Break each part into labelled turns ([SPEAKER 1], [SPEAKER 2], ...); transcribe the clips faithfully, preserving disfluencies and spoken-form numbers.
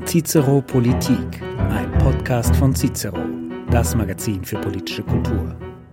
[SPEAKER 1] Cicero Politik, ein Podcast von Cicero, das Magazin für politische Kultur.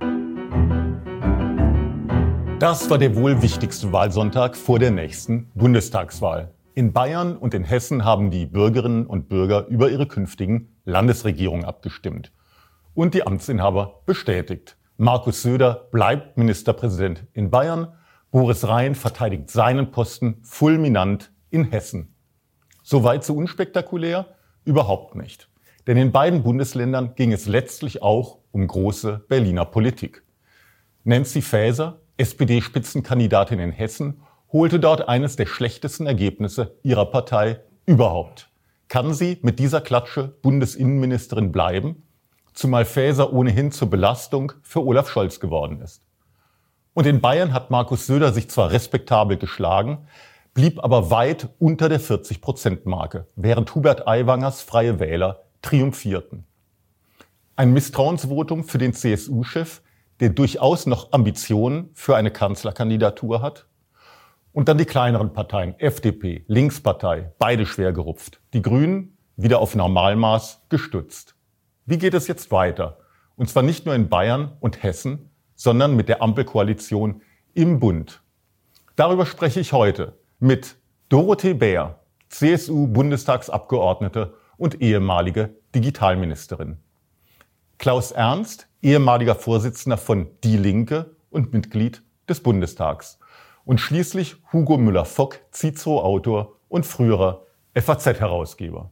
[SPEAKER 2] Das war der wohl wichtigste Wahlsonntag vor der nächsten Bundestagswahl. In Bayern und in Hessen haben die Bürgerinnen und Bürger über ihre künftigen Landesregierungen abgestimmt und die Amtsinhaber bestätigt. Markus Söder bleibt Ministerpräsident in Bayern, Boris Rhein verteidigt seinen Posten fulminant in Hessen. Soweit so unspektakulär? Überhaupt nicht. Denn in beiden Bundesländern ging es letztlich auch um große Berliner Politik. Nancy Faeser, S P D-Spitzenkandidatin in Hessen, holte dort eines der schlechtesten Ergebnisse ihrer Partei überhaupt. Kann sie mit dieser Klatsche Bundesinnenministerin bleiben? Zumal Faeser ohnehin zur Belastung für Olaf Scholz geworden ist. Und in Bayern hat Markus Söder sich zwar respektabel geschlagen, blieb aber weit unter der vierzig-Prozent-Marke, während Hubert Aiwangers Freie Wähler triumphierten. Ein Misstrauensvotum für den C S U-Chef, der durchaus noch Ambitionen für eine Kanzlerkandidatur hat. Und dann die kleineren Parteien, F D P, Linkspartei, beide schwer gerupft. Die Grünen wieder auf Normalmaß gestützt. Wie geht es jetzt weiter? Und zwar nicht nur in Bayern und Hessen, sondern mit der Ampelkoalition im Bund. Darüber spreche ich heute mit Dorothee Bär, C S U-Bundestagsabgeordnete und ehemalige Digitalministerin. Klaus Ernst, ehemaliger Vorsitzender von Die Linke und Mitglied des Bundestags. Und schließlich Hugo Müller-Fock, Cicero-Autor und früherer F A Z-Herausgeber.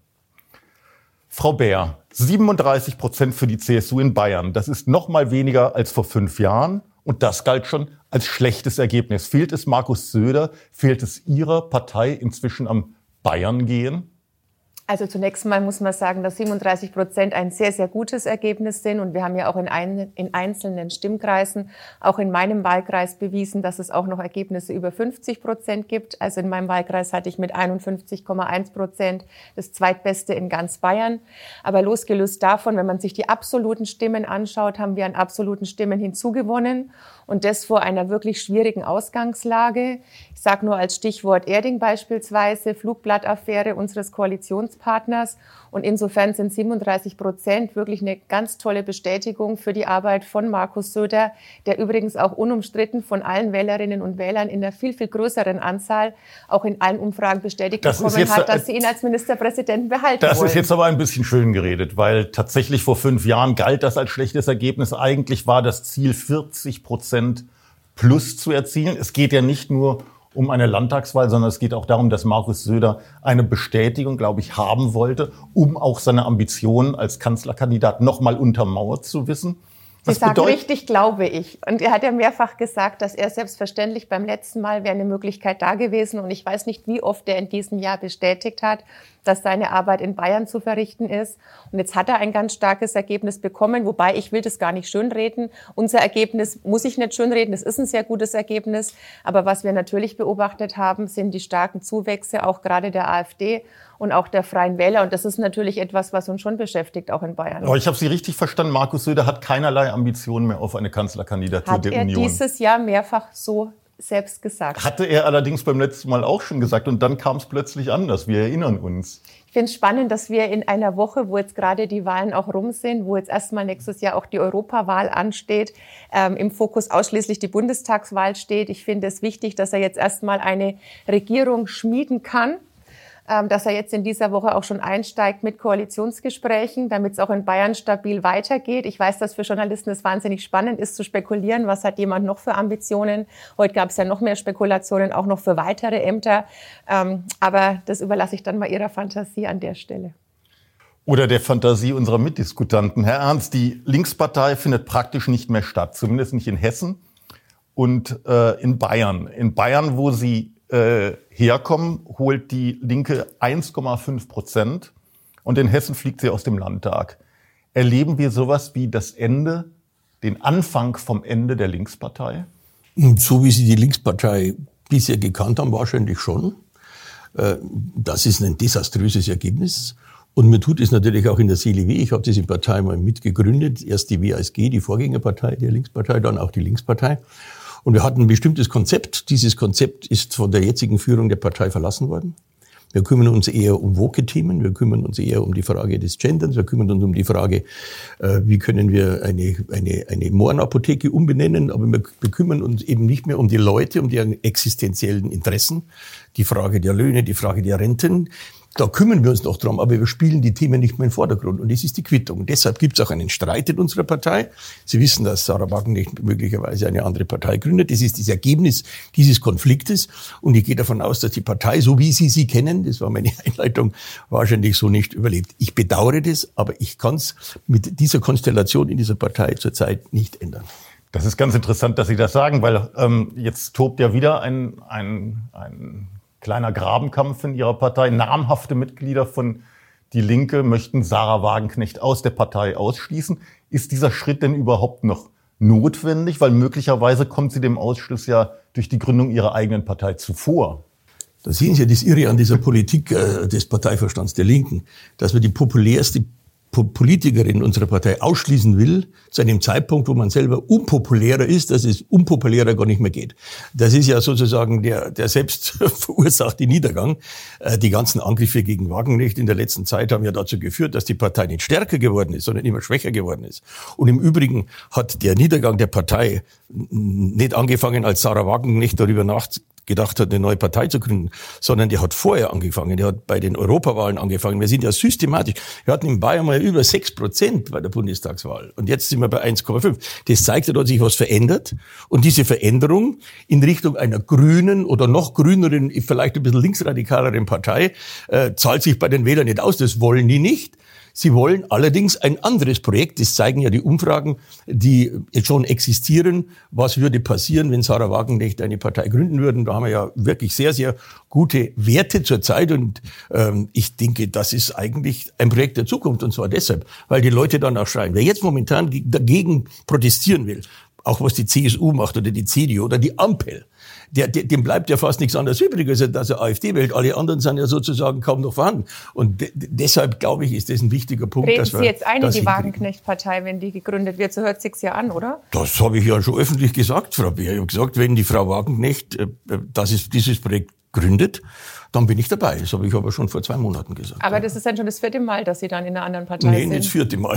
[SPEAKER 2] Frau Bär, siebenunddreißig Prozent für die C S U in Bayern. Das ist noch mal weniger als vor fünf Jahren. Und das galt schon als schlechtes Ergebnis. Fehlt es Markus Söder, fehlt es Ihrer Partei inzwischen am Bayern-Gehen?
[SPEAKER 3] Also zunächst mal muss man sagen, dass siebenunddreißig Prozent ein sehr, sehr gutes Ergebnis sind. Und wir haben ja auch in, ein, in einzelnen Stimmkreisen, auch in meinem Wahlkreis bewiesen, dass es auch noch Ergebnisse über fünfzig Prozent gibt. Also in meinem Wahlkreis hatte ich mit einundfünfzig Komma eins Prozent das zweitbeste in ganz Bayern. Aber losgelöst davon, wenn man sich die absoluten Stimmen anschaut, haben wir an absoluten Stimmen hinzugewonnen. Und das vor einer wirklich schwierigen Ausgangslage. Ich sage nur als Stichwort Erding beispielsweise, Flugblattaffäre unseres Koalitionspartners. Und insofern sind siebenunddreißig Prozent wirklich eine ganz tolle Bestätigung für die Arbeit von Markus Söder, der übrigens auch unumstritten von allen Wählerinnen und Wählern in einer viel, viel größeren Anzahl auch in allen Umfragen bestätigt das bekommen jetzt, hat, dass sie ihn als Ministerpräsidenten behalten
[SPEAKER 2] das
[SPEAKER 3] wollen.
[SPEAKER 2] Das ist jetzt aber ein bisschen schön geredet, weil tatsächlich vor fünf Jahren galt das als schlechtes Ergebnis. Eigentlich war das Ziel vierzig Prozent plus zu erzielen. Es geht ja nicht nur um eine Landtagswahl, sondern es geht auch darum, dass Markus Söder eine Bestätigung, glaube ich, haben wollte, um auch seine Ambitionen als Kanzlerkandidat nochmal untermauert zu wissen.
[SPEAKER 3] Sie sagen richtig, glaube ich. Und er hat ja mehrfach gesagt, dass er selbstverständlich beim letzten Mal wäre eine Möglichkeit da gewesen. Und ich weiß nicht, wie oft er in diesem Jahr bestätigt hat, dass seine Arbeit in Bayern zu verrichten ist. Und jetzt hat er ein ganz starkes Ergebnis bekommen, wobei ich will das gar nicht schönreden. Unser Ergebnis muss ich nicht schönreden, es ist ein sehr gutes Ergebnis. Aber was wir natürlich beobachtet haben, sind die starken Zuwächse, auch gerade der AfD und auch der Freien Wähler. Und das ist natürlich etwas, was uns schon beschäftigt, auch in Bayern.
[SPEAKER 2] Aber ich habe Sie richtig verstanden, Markus Söder hat keinerlei Ambitionen mehr auf eine Kanzlerkandidatur
[SPEAKER 3] hat
[SPEAKER 2] der Union.
[SPEAKER 3] Hat er dieses Jahr mehrfach so selbst gesagt.
[SPEAKER 2] Hatte er allerdings beim letzten Mal auch schon gesagt und dann kam es plötzlich anders. Wir erinnern uns.
[SPEAKER 3] Ich finde es spannend, dass wir in einer Woche, wo jetzt gerade die Wahlen auch rum sind, wo jetzt erstmal nächstes Jahr auch die Europawahl ansteht, ähm, im Fokus ausschließlich die Bundestagswahl steht. Ich finde es wichtig, dass er jetzt erstmal eine Regierung schmieden kann. Dass er jetzt in dieser Woche auch schon einsteigt mit Koalitionsgesprächen, damit es auch in Bayern stabil weitergeht. Ich weiß, dass für Journalisten es wahnsinnig spannend ist, zu spekulieren, was hat jemand noch für Ambitionen. Heute gab es ja noch mehr Spekulationen, auch noch für weitere Ämter. Aber das überlasse ich dann mal Ihrer Fantasie an der Stelle.
[SPEAKER 2] Oder der Fantasie unserer Mitdiskutanten. Herr Ernst, die Linkspartei findet praktisch nicht mehr statt, zumindest nicht in Hessen und äh, in Bayern. In Bayern, wo Sie Äh, herkommen, holt die Linke eins Komma fünf Prozent und in Hessen fliegt sie aus dem Landtag. Erleben wir sowas wie das Ende, den Anfang vom Ende der Linkspartei?
[SPEAKER 4] So wie Sie die Linkspartei bisher gekannt haben, wahrscheinlich schon. Äh, das ist ein desaströses Ergebnis. Und mir tut es natürlich auch in der Seele weh. Ich habe diese Partei mal mitgegründet. Erst die W A S G, die Vorgängerpartei der Linkspartei, dann auch die Linkspartei. Und wir hatten ein bestimmtes Konzept. Dieses Konzept ist von der jetzigen Führung der Partei verlassen worden. Wir kümmern uns eher um Woke-Themen, wir kümmern uns eher um die Frage des Genderns, wir kümmern uns um die Frage, äh, wie können wir eine, eine, eine Mohrenapotheke umbenennen, aber wir, wir kümmern uns eben nicht mehr um die Leute, um deren existenziellen Interessen, die Frage der Löhne, die Frage der Renten. Da kümmern wir uns noch drum, aber wir spielen die Themen nicht mehr in den Vordergrund. Und das ist die Quittung. Und deshalb gibt es auch einen Streit in unserer Partei. Sie wissen, dass Sarah Wagenknecht möglicherweise eine andere Partei gründet. Das ist das Ergebnis dieses Konfliktes. Und ich gehe davon aus, dass die Partei, so wie Sie sie kennen, das war meine Einleitung, wahrscheinlich so nicht überlebt. Ich bedauere das, aber ich kann es mit dieser Konstellation in dieser Partei zurzeit nicht ändern.
[SPEAKER 2] Das ist ganz interessant, dass Sie das sagen, weil ähm, jetzt tobt ja wieder ein, ein, ein kleiner Grabenkampf in Ihrer Partei. Namhafte Mitglieder von Die Linke möchten Sarah Wagenknecht aus der Partei ausschließen. Ist dieser Schritt denn überhaupt noch notwendig? Weil möglicherweise kommt sie dem Ausschluss ja durch die Gründung ihrer eigenen Partei zuvor.
[SPEAKER 4] Da sehen Sie ja das Irre an dieser Politik äh, des Parteiverstands der Linken, dass wir die populärste Politikerin unserer Partei ausschließen will, zu einem Zeitpunkt, wo man selber unpopulärer ist, dass es unpopulärer gar nicht mehr geht. Das ist ja sozusagen der, der selbst verursachte Niedergang. Die ganzen Angriffe gegen Wagenknecht in der letzten Zeit haben ja dazu geführt, dass die Partei nicht stärker geworden ist, sondern immer schwächer geworden ist. Und im Übrigen hat der Niedergang der Partei nicht angefangen, als Sarah Wagenknecht darüber nachzudenken, gedacht hat, eine neue Partei zu gründen, sondern der hat vorher angefangen, der hat bei den Europawahlen angefangen. Wir sind ja systematisch, wir hatten in Bayern mal über sechs Prozent bei der Bundestagswahl und jetzt sind wir bei eins Komma fünf. Das zeigt ja, dass sich was verändert und diese Veränderung in Richtung einer grünen oder noch grüneren, vielleicht ein bisschen linksradikaleren Partei äh, zahlt sich bei den Wählern nicht aus, das wollen die nicht. Sie wollen allerdings ein anderes Projekt. Das zeigen ja die Umfragen, die jetzt schon existieren. Was würde passieren, wenn Sarah Wagenknecht eine Partei gründen würden? Da haben wir ja wirklich sehr, sehr gute Werte zurzeit. Und ähm, ich denke, das ist eigentlich ein Projekt der Zukunft. Und zwar deshalb, weil die Leute danach schreien. Wer jetzt momentan dagegen protestieren will, auch was die C S U macht oder die C D U oder die Ampel, Der, der, dem bleibt ja fast nichts anderes übrig, als dass er AfD wählt. Alle anderen sind ja sozusagen kaum noch vorhanden. Und de- deshalb, glaube ich, ist das ein wichtiger Punkt.
[SPEAKER 3] Reden
[SPEAKER 4] dass wir,
[SPEAKER 3] Sie jetzt ein in die
[SPEAKER 4] hinkriegen.
[SPEAKER 3] Wagenknecht-Partei, wenn die gegründet wird? So hört sich's ja an, oder?
[SPEAKER 4] Das habe ich ja schon öffentlich gesagt, Frau Beer. Ich habe gesagt, wenn die Frau Wagenknecht äh, das ist, dieses Projekt gründet, dann bin ich dabei. Das habe ich aber schon vor zwei Monaten gesagt.
[SPEAKER 3] Aber das ist dann schon das vierte Mal, dass Sie dann in einer anderen Partei
[SPEAKER 4] nee,
[SPEAKER 3] sind.
[SPEAKER 4] nicht das vierte Mal.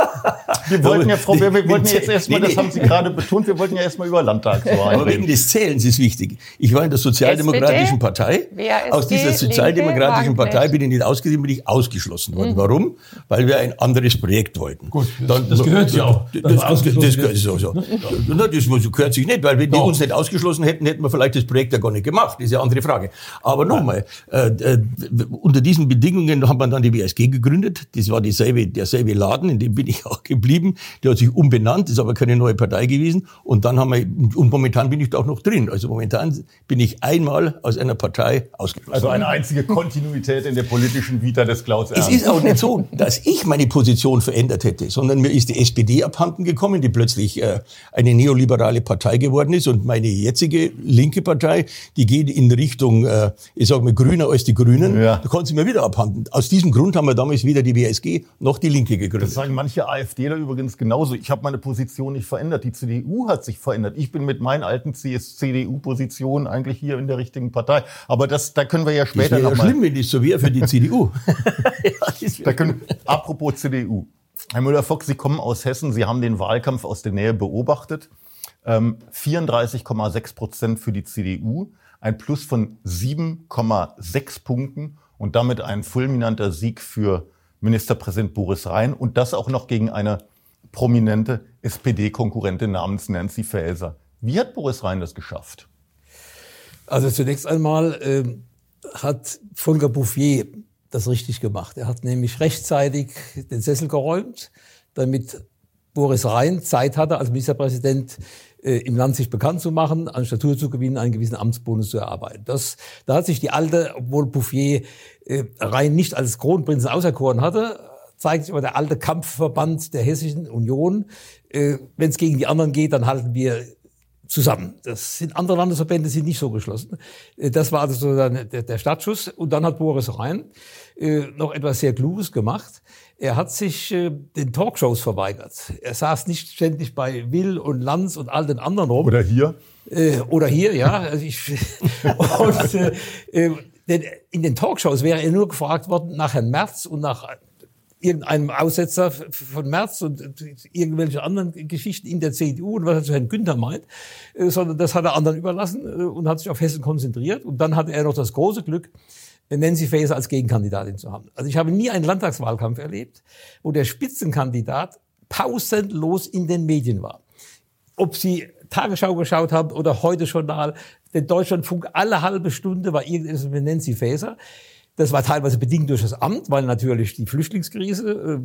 [SPEAKER 2] Wir wollten ja, Frau Beer, wir wollten jetzt erstmal, das haben Sie gerade betont, wir wollten ja erstmal über Landtagswahlen
[SPEAKER 4] Aber wegen
[SPEAKER 2] reden.
[SPEAKER 4] des Zählens ist wichtig. Ich war in der Sozialdemokratischen
[SPEAKER 3] S P D?
[SPEAKER 4] Partei.
[SPEAKER 3] Wer, S P D,
[SPEAKER 4] Aus dieser Sozialdemokratischen
[SPEAKER 3] Linke,
[SPEAKER 4] Partei bin ich nicht ausgetreten, bin ich ausgeschlossen worden.
[SPEAKER 3] Mhm.
[SPEAKER 4] Warum? Weil wir ein anderes Projekt wollten.
[SPEAKER 5] Gut, das,
[SPEAKER 4] Dann,
[SPEAKER 5] das gehört ja auch.
[SPEAKER 4] Das, das, das, das gehört so, so. Ja. Das gehört sich nicht, weil wenn die
[SPEAKER 5] Doch.
[SPEAKER 4] uns nicht ausgeschlossen hätten, hätten wir vielleicht das Projekt ja gar nicht gemacht. Das ist ja eine andere Frage. Aber nochmal, äh, äh, unter diesen Bedingungen hat man dann die W S G gegründet. Das war dieselbe, derselbe Laden, in dem bin ich auch geblieben. Der hat sich umbenannt, ist aber keine neue Partei gewesen. Und dann haben wir, und momentan bin ich da auch noch drin. Also momentan bin ich einmal aus einer Partei ausgeschlossen.
[SPEAKER 2] Also eine einzige Kontinuität in der politischen Vita des Klaus
[SPEAKER 4] Es
[SPEAKER 2] Ernst.
[SPEAKER 4] ist auch nicht so, dass ich meine Position verändert hätte, sondern mir ist die S P D abhanden gekommen, die plötzlich äh, eine neoliberale Partei geworden ist. Und meine jetzige linke Partei, die geht in Richtung, äh, ich sage mal, grüner als die Grünen.
[SPEAKER 2] Ja.
[SPEAKER 4] Da kommt sie mir wieder abhanden. Aus diesem Grund haben wir damals weder die W S G noch die Linke gegründet.
[SPEAKER 2] Das sagen manche AfDler übrigens genauso. Ich habe meine Position nicht verändert. Die C D U hat sich verändert. Ich bin mit meinen alten C D U-Positionen eigentlich hier in der richtigen Partei. Aber das, da können wir ja
[SPEAKER 4] Das
[SPEAKER 2] später
[SPEAKER 4] wäre ja
[SPEAKER 2] noch mal.
[SPEAKER 4] schlimm, wenn das so wäre für die C D U. Ja, das
[SPEAKER 2] Da können, apropos C D U. Herr Müller-Fock, Sie kommen aus Hessen. Sie haben den Wahlkampf aus der Nähe beobachtet. Ähm, vierunddreißig Komma sechs Prozent für die C D U. Ein Plus von sieben Komma sechs Punkten und damit ein fulminanter Sieg für Ministerpräsident Boris Rhein. Und das auch noch gegen eine prominente S P D-Konkurrentin namens Nancy Faeser. Wie hat Boris Rhein das geschafft?
[SPEAKER 5] Also zunächst einmal ähm, hat Volker Bouffier das richtig gemacht. Er hat nämlich rechtzeitig den Sessel geräumt, damit Boris Rhein Zeit hatte, als Ministerpräsident äh, im Land sich bekannt zu machen, an Statur zu gewinnen, einen gewissen Amtsbonus zu erarbeiten. Das, da hat sich die alte, obwohl Bouffier äh, Rhein nicht als Kronprinzen auserkoren hatte, zeigt sich aber der alte Kampfverband der Hessischen Union. Äh, Wenn es gegen die anderen geht, dann halten wir zusammen. Das sind andere Landesverbände, sind nicht so geschlossen. Das war also so der, der Startschuss. Und dann hat Boris Rhein äh, noch etwas sehr Kluges gemacht. Er hat sich äh, den Talkshows verweigert. Er saß nicht ständig bei Will und Lanz und all den anderen rum.
[SPEAKER 2] Oder hier?
[SPEAKER 5] Äh, oder hier, ja. Also ich, und, äh, Denn in den Talkshows wäre er nur gefragt worden nach Herrn Merz und nach irgendeinem Aussetzer von Merz und irgendwelche anderen Geschichten in der C D U und was er zu Herrn Günther meint, sondern das hat er anderen überlassen und hat sich auf Hessen konzentriert. Und dann hatte er noch das große Glück, Nancy Faeser als Gegenkandidatin zu haben. Also ich habe nie einen Landtagswahlkampf erlebt, wo der Spitzenkandidat pausenlos in den Medien war. Ob Sie Tagesschau geschaut haben oder Heute Journal, den Deutschlandfunk, alle halbe Stunde war irgendetwas mit Nancy Faeser. Das war teilweise bedingt durch das Amt, weil natürlich die Flüchtlingskrise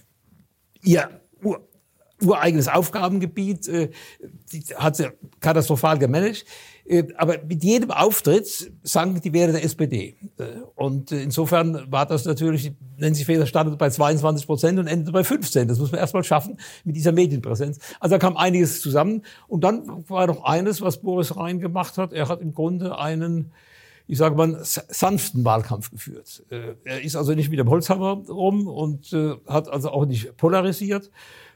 [SPEAKER 5] äh, ihr ur, ureigenes Aufgabengebiet äh, die hat sie katastrophal gemanagt. Äh, aber mit jedem Auftritt sank die Werte der S P D. Äh, und äh, insofern war das natürlich, Nancy Faeser startete bei zweiundzwanzig Prozent und endete bei fünfzehn. Das muss man erstmal schaffen mit dieser Medienpräsenz. Also da kam einiges zusammen. Und dann war noch eines, was Boris Rhein gemacht hat. Er hat im Grunde einen, ich sage mal, sanften Wahlkampf geführt. Er ist also nicht mit dem Holzhammer rum und hat also auch nicht polarisiert.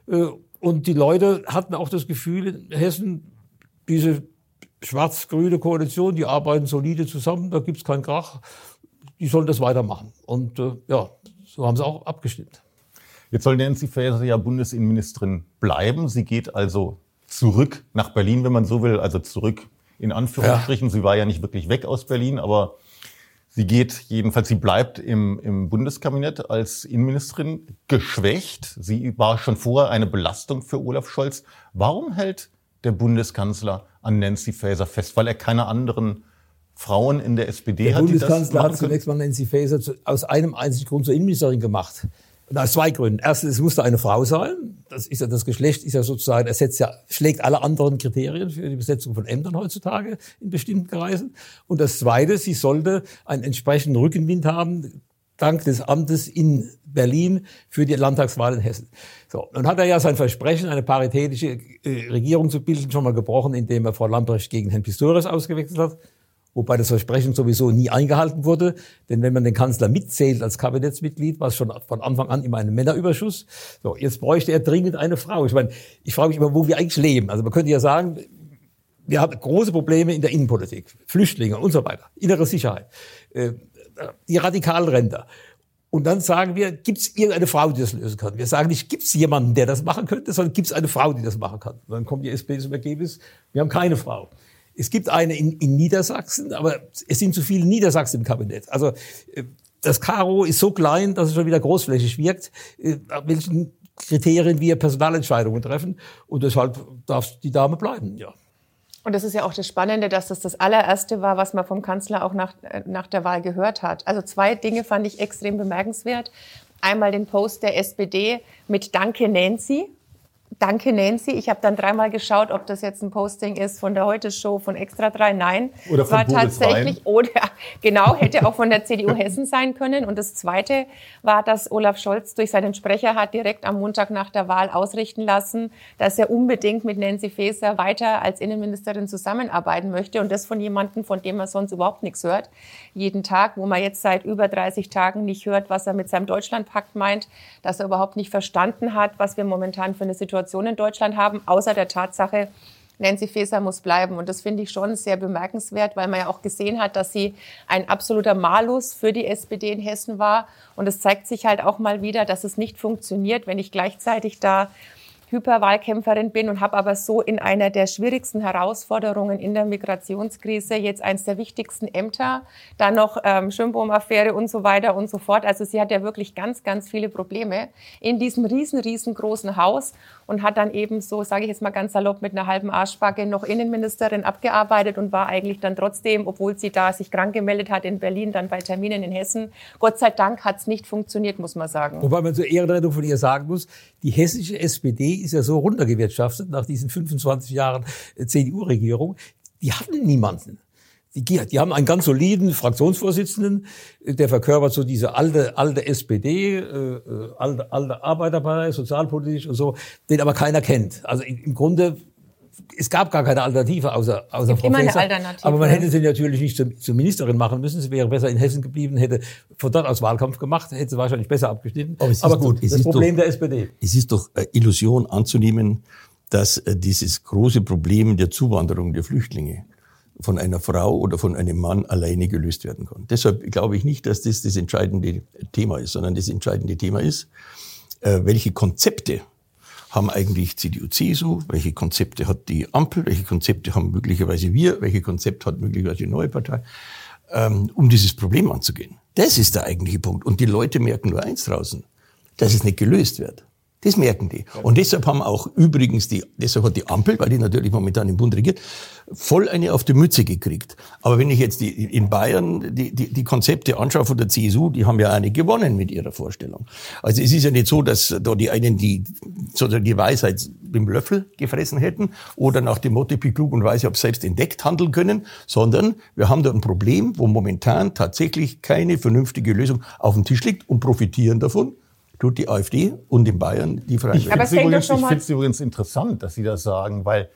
[SPEAKER 5] Und die Leute hatten auch das Gefühl, in Hessen, diese schwarz-grüne Koalition, die arbeiten solide zusammen, da gibt's keinen Krach, die sollen das weitermachen. Und ja, so haben sie auch abgestimmt.
[SPEAKER 2] Jetzt soll Nancy Faeser ja Bundesinnenministerin bleiben. Sie geht also zurück nach Berlin, wenn man so will, also zurück in Anführungsstrichen. Ja. Sie war ja nicht wirklich weg aus Berlin, aber sie geht jedenfalls, sie bleibt im, im Bundeskabinett als Innenministerin geschwächt. Sie war schon vorher eine Belastung für Olaf Scholz. Warum hält der Bundeskanzler an Nancy Faeser fest? Weil er keine anderen Frauen in der S P D
[SPEAKER 5] der
[SPEAKER 2] hat, die das
[SPEAKER 5] Der Bundeskanzler
[SPEAKER 2] machen
[SPEAKER 5] hat zunächst mal Nancy Faeser zu, aus einem einzigen Grund zur Innenministerin gemacht. Und aus zwei Gründen. Erstens, es musste eine Frau sein. Das ist ja, das Geschlecht ist ja sozusagen, ersetzt ja, schlägt alle anderen Kriterien für die Besetzung von Ämtern heutzutage in bestimmten Kreisen. Und das Zweite, sie sollte einen entsprechenden Rückenwind haben, dank des Amtes in Berlin für die Landtagswahl in Hessen. So. Nun hat er ja sein Versprechen, eine paritätische äh, Regierung zu bilden, schon mal gebrochen, indem er Frau Lambrecht gegen Herrn Pistorius ausgewechselt hat. Wobei das Versprechen sowieso nie eingehalten wurde. Denn wenn man den Kanzler mitzählt als Kabinettsmitglied, war es schon von Anfang an immer ein Männerüberschuss. So, jetzt bräuchte er dringend eine Frau. Ich meine, ich frage mich immer, wo wir eigentlich leben. Also man könnte ja sagen, wir haben große Probleme in der Innenpolitik, Flüchtlinge und so weiter, innere Sicherheit, äh, die radikalen Ränder. Und dann sagen wir, gibt es irgendeine Frau, die das lösen kann? Wir sagen nicht, gibt es jemanden, der das machen könnte, sondern gibt es eine Frau, die das machen kann? Und dann kommt die S P D zum Ergebnis, wir haben keine Frau. Es gibt eine in, in Niedersachsen, aber es sind zu viele Niedersachsen im Kabinett. Also das Karo ist so klein, dass es schon wieder großflächig wirkt, nach welchen Kriterien wir Personalentscheidungen treffen. Und deshalb darf die Dame bleiben, ja.
[SPEAKER 3] Und das ist ja auch das Spannende, dass das das allererste war, was man vom Kanzler auch nach, nach der Wahl gehört hat. Also zwei Dinge fand ich extrem bemerkenswert. Einmal den Post der S P D mit Danke Nancy. Danke Nancy. Ich habe dann dreimal geschaut, ob das jetzt ein Posting ist von der Heute-Show, von Extra drei. Nein,
[SPEAKER 2] oder von
[SPEAKER 3] war
[SPEAKER 2] Boris
[SPEAKER 3] tatsächlich
[SPEAKER 2] Rhein.
[SPEAKER 3] Oder genau, hätte auch von der C D U Hessen sein können. Und das Zweite war, dass Olaf Scholz durch seinen Sprecher hat direkt am Montag nach der Wahl ausrichten lassen, dass er unbedingt mit Nancy Faeser weiter als Innenministerin zusammenarbeiten möchte. Und das von jemandem, von dem man sonst überhaupt nichts hört. Jeden Tag, wo man jetzt seit über dreißig Tagen nicht hört, was er mit seinem Deutschlandpakt meint, dass er überhaupt nicht verstanden hat, was wir momentan für eine Situation in Deutschland haben, außer der Tatsache, Nancy Faeser muss bleiben. Und das finde ich schon sehr bemerkenswert, weil man ja auch gesehen hat, dass sie ein absoluter Malus für die S P D in Hessen war. Und es zeigt sich halt auch mal wieder, dass es nicht funktioniert, wenn ich gleichzeitig da Hyperwahlkämpferin bin und habe aber so in einer der schwierigsten Herausforderungen in der Migrationskrise jetzt eines der wichtigsten Ämter, dann noch ähm, Schönbohm-Affäre und so weiter und so fort. Also sie hat ja wirklich ganz, ganz viele Probleme in diesem riesen, riesengroßen Haus und hat dann eben so, sage ich jetzt mal ganz salopp, mit einer halben Arschbacke noch Innenministerin abgearbeitet und war eigentlich dann trotzdem, obwohl sie da sich krank gemeldet hat in Berlin, dann bei Terminen in Hessen. Gott sei Dank hat es nicht funktioniert, muss man sagen.
[SPEAKER 5] Wobei man zur Ehrenrettung von ihr sagen muss, die hessische S P D ist ja so runtergewirtschaftet nach diesen fünfundzwanzig Jahren C D U-Regierung. Die hatten niemanden. Die, die haben einen ganz soliden Fraktionsvorsitzenden, der verkörpert so diese alte, alte S P D, äh, alte, alte Arbeiterpartei, sozialpolitisch und so, den aber keiner kennt. Also im Grunde, es gab gar keine Alternative außer, außer Frau Faeser. Aber man hätte sie natürlich nicht zur, zur Ministerin machen müssen. Sie wäre besser in Hessen geblieben, hätte von dort aus Wahlkampf gemacht, hätte sie wahrscheinlich besser abgeschnitten.
[SPEAKER 4] Aber,
[SPEAKER 5] aber gut,
[SPEAKER 4] doch,
[SPEAKER 5] das Problem
[SPEAKER 4] doch,
[SPEAKER 5] der S P D.
[SPEAKER 4] Es ist doch eine Illusion anzunehmen, dass äh, dieses große Problem der Zuwanderung der Flüchtlinge, von einer Frau oder von einem Mann alleine gelöst werden kann. Deshalb glaube ich nicht, dass das das entscheidende Thema ist, sondern das entscheidende Thema ist, äh, welche Konzepte haben eigentlich C D U, C S U, welche Konzepte hat die Ampel, welche Konzepte haben möglicherweise wir, welche Konzepte hat möglicherweise die neue Partei, ähm, um dieses Problem anzugehen. Das ist der eigentliche Punkt. Und die Leute merken nur eins draußen, dass es nicht gelöst wird. Das merken die. Und deshalb haben auch übrigens die, deshalb hat die Ampel, weil die natürlich momentan im Bund regiert, voll eine auf die Mütze gekriegt. Aber wenn ich jetzt die, in Bayern die, die, die Konzepte anschaue von der C S U, die haben ja eine gewonnen mit ihrer Vorstellung. Also es ist ja nicht so, dass da die einen die, sozusagen die Weisheit mit dem Löffel gefressen hätten oder nach dem Motto, ich bin klug und weiß, ich habe selbst entdeckt handeln können, sondern wir haben da ein Problem, wo momentan tatsächlich keine vernünftige Lösung auf dem Tisch liegt und profitieren davon tut die AfD und in Bayern die Freien
[SPEAKER 2] Wähler. Ich finde es übrigens interessant, dass Sie das sagen, weil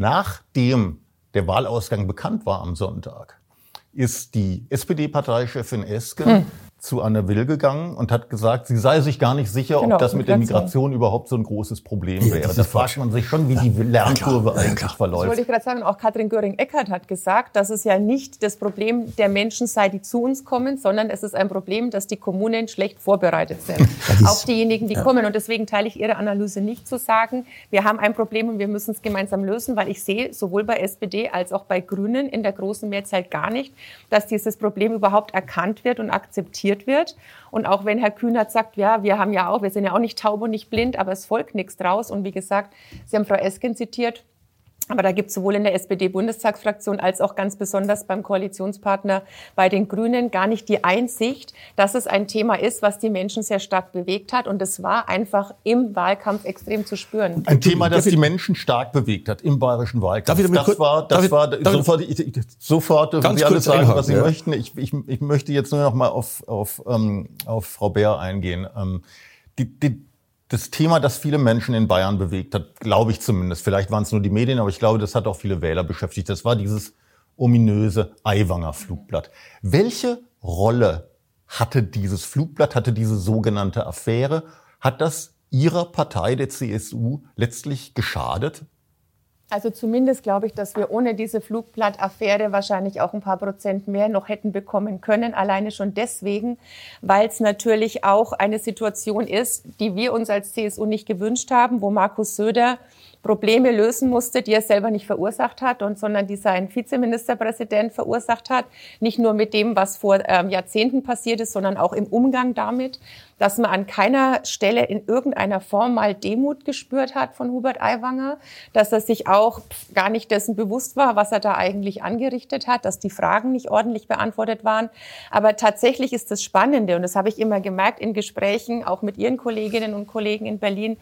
[SPEAKER 2] nachdem der Wahlausgang bekannt war am Sonntag, ist die S P D-Parteichefin Esken hm. zu Anne Will gegangen und hat gesagt, sie sei sich gar nicht sicher, genau, ob das mit der Migration überhaupt so ein großes Problem wäre. Ja, da fragt man sich schon, wie die Lernkurve ja, eigentlich ja, verläuft.
[SPEAKER 3] Das wollte ich gerade sagen. Auch Katrin Göring-Eckardt hat gesagt, dass es ja nicht das Problem der Menschen sei, die zu uns kommen, sondern es ist ein Problem, dass die Kommunen schlecht vorbereitet sind auf diejenigen, die ja. kommen. Und deswegen teile ich Ihre Analyse nicht zu sagen, wir haben ein Problem und wir müssen es gemeinsam lösen, weil ich sehe sowohl bei S P D als auch bei Grünen in der großen Mehrzahl gar nicht, dass dieses Problem überhaupt erkannt wird und akzeptiert wird. Und auch wenn Herr Kühnert sagt, ja, wir haben ja auch, wir sind ja auch nicht taub und nicht blind, aber es folgt nichts draus. Und wie gesagt, Sie haben Frau Esken zitiert, aber da gibt es sowohl in der S P D-Bundestagsfraktion als auch ganz besonders beim Koalitionspartner bei den Grünen gar nicht die Einsicht, dass es ein Thema ist, was die Menschen sehr stark bewegt hat. Und es war einfach im Wahlkampf extrem zu spüren.
[SPEAKER 2] Ein Thema, das die Menschen stark bewegt hat im bayerischen Wahlkampf. Das kurz, war, das war sofort, ich, sofort dürfen Sie alles sagen, was Sie ja. möchten. Ich, ich, ich möchte jetzt nur noch mal auf, auf, ähm, auf Frau Beer eingehen. Ähm, die, die, Das Thema, das viele Menschen in Bayern bewegt hat, glaube ich zumindest, vielleicht waren es nur die Medien, aber ich glaube, das hat auch viele Wähler beschäftigt, das war dieses ominöse Aiwanger Flugblatt. Welche Rolle hatte dieses Flugblatt, hatte diese sogenannte Affäre? Hat das Ihrer Partei, der C S U, letztlich geschadet?
[SPEAKER 3] Also zumindest glaube ich, dass wir ohne diese Flugblatt-Affäre wahrscheinlich auch ein paar Prozent mehr noch hätten bekommen können. Alleine schon deswegen, weil es natürlich auch eine Situation ist, die wir uns als C S U nicht gewünscht haben, wo Markus Söder Probleme lösen musste, die er selber nicht verursacht hat, und sondern die sein Vizeministerpräsident verursacht hat. Nicht nur mit dem, was vor ähm, Jahrzehnten passiert ist, sondern auch im Umgang damit, dass man an keiner Stelle in irgendeiner Form mal Demut gespürt hat von Hubert Aiwanger, dass er sich auch gar nicht dessen bewusst war, was er da eigentlich angerichtet hat, dass die Fragen nicht ordentlich beantwortet waren. Aber tatsächlich ist das Spannende, und das habe ich immer gemerkt in Gesprächen, auch mit Ihren Kolleginnen und Kollegen in Berlin,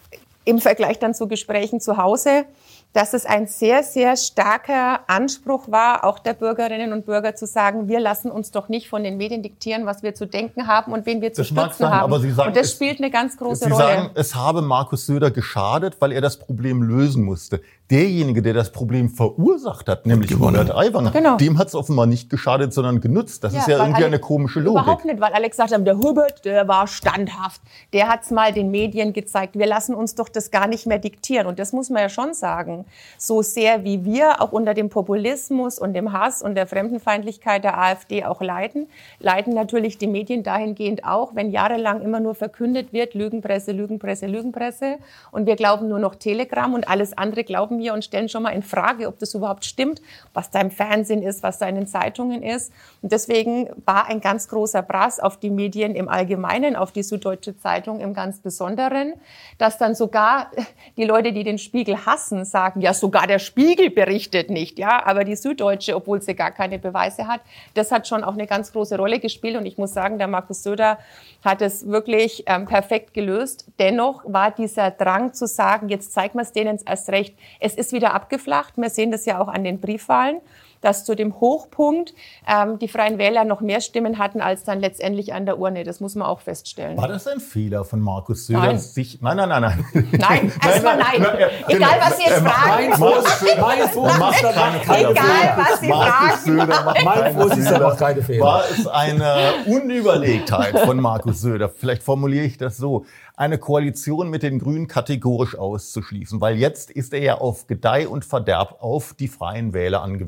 [SPEAKER 3] im Vergleich dann zu Gesprächen zu Hause, dass es ein sehr, sehr starker Anspruch war, auch der Bürgerinnen und Bürger zu sagen, wir lassen uns doch nicht von den Medien diktieren, was wir zu denken haben und wen wir zu stützen haben.
[SPEAKER 2] Aber Sie sagen,
[SPEAKER 3] und das
[SPEAKER 2] es,
[SPEAKER 3] spielt eine ganz große
[SPEAKER 2] Sie
[SPEAKER 3] Rolle.
[SPEAKER 2] Sie sagen, es habe Markus Söder geschadet, weil er das Problem lösen musste. Derjenige, der das Problem verursacht hat, nämlich Hubert Aiwanger, genau. dem hat es offenbar nicht geschadet, sondern genutzt. Das ja, ist ja irgendwie Alex, eine komische Logik.
[SPEAKER 3] Überhaupt nicht, weil Alex gesagt hat, der Hubert, der war standhaft. Der hat es mal den Medien gezeigt. Wir lassen uns doch das gar nicht mehr diktieren. Und das muss man ja schon sagen. So sehr wie wir auch unter dem Populismus und dem Hass und der Fremdenfeindlichkeit der AfD auch leiden, leiden natürlich die Medien dahingehend auch, wenn jahrelang immer nur verkündet wird, Lügenpresse, Lügenpresse, Lügenpresse, und wir glauben nur noch Telegram und alles andere glauben wir und stellen schon mal in Frage, ob das überhaupt stimmt, was da im Fernsehen ist, was da in den Zeitungen ist. Und deswegen war ein ganz großer Brass auf die Medien im Allgemeinen, auf die Süddeutsche Zeitung im ganz Besonderen, dass dann sogar die Leute, die den Spiegel hassen, sagen, ja, sogar der Spiegel berichtet nicht, ja, aber die Süddeutsche, obwohl sie gar keine Beweise hat, das hat schon auch eine ganz große Rolle gespielt, und ich muss sagen, der Markus Söder hat es wirklich ähm, perfekt gelöst. Dennoch war dieser Drang zu sagen, jetzt zeigen wir es denen erst recht. Es ist wieder abgeflacht, wir sehen das ja auch an den Briefwahlen, dass zu dem Hochpunkt ähm, die Freien Wähler noch mehr Stimmen hatten als dann letztendlich an der Urne. Das muss man auch feststellen.
[SPEAKER 2] War das ein Fehler von Markus Söder?
[SPEAKER 3] Nein.
[SPEAKER 2] Sich, nein, nein, nein, nein.
[SPEAKER 3] Nein, erstmal nein. nein. nein. Egal, was Sie jetzt fragen.
[SPEAKER 5] Mein Vorsitzender
[SPEAKER 3] Egal, was Sie fragen.
[SPEAKER 5] Mein Vorsitzender macht keine Fehler.
[SPEAKER 2] War es eine Unüberlegtheit von Markus Söder? Vielleicht formuliere ich das so. Eine Koalition mit den Grünen kategorisch auszuschließen, weil jetzt ist er ja auf Gedeih und Verderb auf die Freien Wähler angewiesen.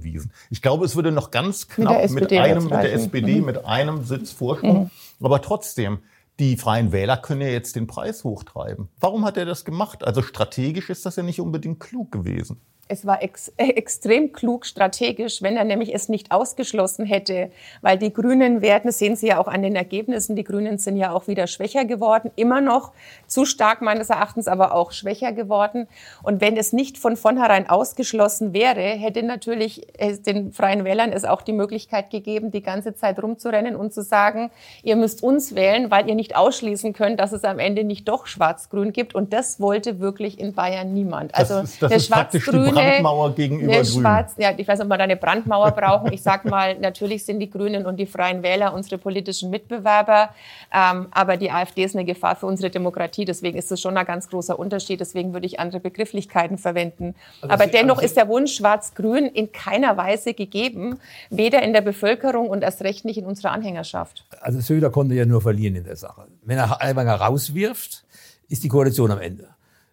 [SPEAKER 2] Ich glaube, es würde noch ganz knapp mit, mit, einem, mit der S P D, mhm. mit einem Sitz Vorsprung. Mhm. Aber trotzdem, die Freien Wähler können ja jetzt den Preis hochtreiben. Warum hat er das gemacht? Also strategisch ist das ja nicht unbedingt klug gewesen.
[SPEAKER 3] Es war ex äh, extrem klug strategisch, wenn er nämlich es nicht ausgeschlossen hätte, weil die Grünen werden, das sehen Sie ja auch an den Ergebnissen, die Grünen sind ja auch wieder schwächer geworden, immer noch zu stark meines Erachtens, aber auch schwächer geworden. Und wenn es nicht von vornherein ausgeschlossen wäre, hätte natürlich den Freien Wählern es auch die Möglichkeit gegeben, die ganze Zeit rumzurennen und zu sagen, ihr müsst uns wählen, weil ihr nicht ausschließen könnt, dass es am Ende nicht doch Schwarz-Grün gibt. Und das wollte wirklich in Bayern niemand. Also
[SPEAKER 2] das ist, das
[SPEAKER 3] der
[SPEAKER 2] ist Schwarz-Grün Brandmauer gegenüber Grünen.
[SPEAKER 3] Schwarz, ja, ich weiß nicht, ob wir da eine Brandmauer brauchen. Ich sag mal, natürlich sind die Grünen und die Freien Wähler unsere politischen Mitbewerber, ähm, aber die AfD ist eine Gefahr für unsere Demokratie. Deswegen ist das schon ein ganz großer Unterschied. Deswegen würde ich andere Begrifflichkeiten verwenden. Also aber dennoch also ist der Wunsch Schwarz-Grün in keiner Weise gegeben, weder in der Bevölkerung und erst recht nicht in unserer Anhängerschaft.
[SPEAKER 5] Also Söder konnte ja nur verlieren in der Sache. Wenn er Aiwanger rauswirft, ist die Koalition am Ende.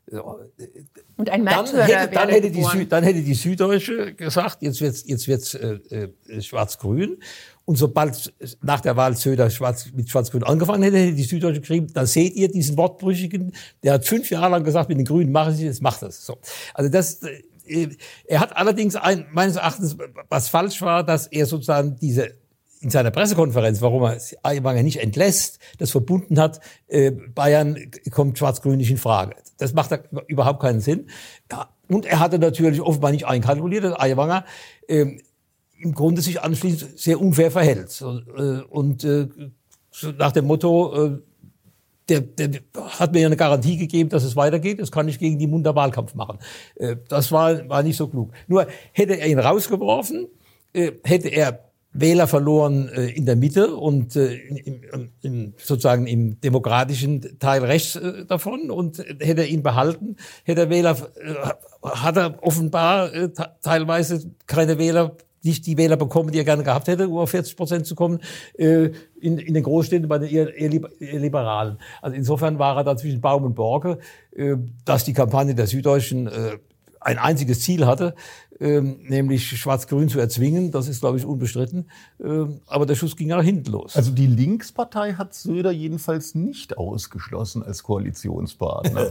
[SPEAKER 3] Und ein
[SPEAKER 5] dann hätte, dann, hätte die Süd, dann hätte die Süddeutsche gesagt, jetzt wird's, jetzt wird's äh, äh, Schwarz-Grün. Und sobald nach der Wahl Söder Schwarz, mit Schwarz-Grün angefangen hätte, hätte die Süddeutsche geschrieben, da seht ihr diesen Wortbrüchigen, der hat fünf Jahre lang gesagt, mit den Grünen mache ich es, jetzt macht das. So. Also das, äh, er hat allerdings ein, meines Erachtens, was falsch war, dass er sozusagen diese in seiner Pressekonferenz, warum er Aiwanger nicht entlässt, das verbunden hat, äh, Bayern kommt Schwarz-Grün nicht in Frage. Das macht da überhaupt keinen Sinn. Ja, und er hatte natürlich offenbar nicht einkalkuliert, dass Aiwanger äh, im Grunde sich anschließend sehr unfair verhält. So, äh, und äh, so nach dem Motto, äh, der, der hat mir ja eine Garantie gegeben, dass es weitergeht, das kann ich gegen die Munter Wahlkampf machen. Äh, das war, war nicht so klug. Nur hätte er ihn rausgeworfen, äh, hätte er Wähler verloren äh, in der Mitte und äh, im, im, sozusagen im demokratischen Teil rechts äh, davon, und hätte er ihn behalten, hätte er Wähler, äh, hat er offenbar äh, teilweise keine Wähler, nicht die Wähler bekommen, die er gerne gehabt hätte, um auf vierzig Prozent zu kommen, äh, in, in den Großstädten bei den eher, eher Liberalen. Also insofern war er da zwischen Baum und Borke, äh, dass die Kampagne der Süddeutschen äh, ein einziges Ziel hatte, ähm, nämlich Schwarz-Grün zu erzwingen. Das ist, glaube ich, unbestritten. Ähm, aber der Schuss ging nach hinten los.
[SPEAKER 2] Also die Linkspartei hat Söder jedenfalls nicht ausgeschlossen als Koalitionspartner.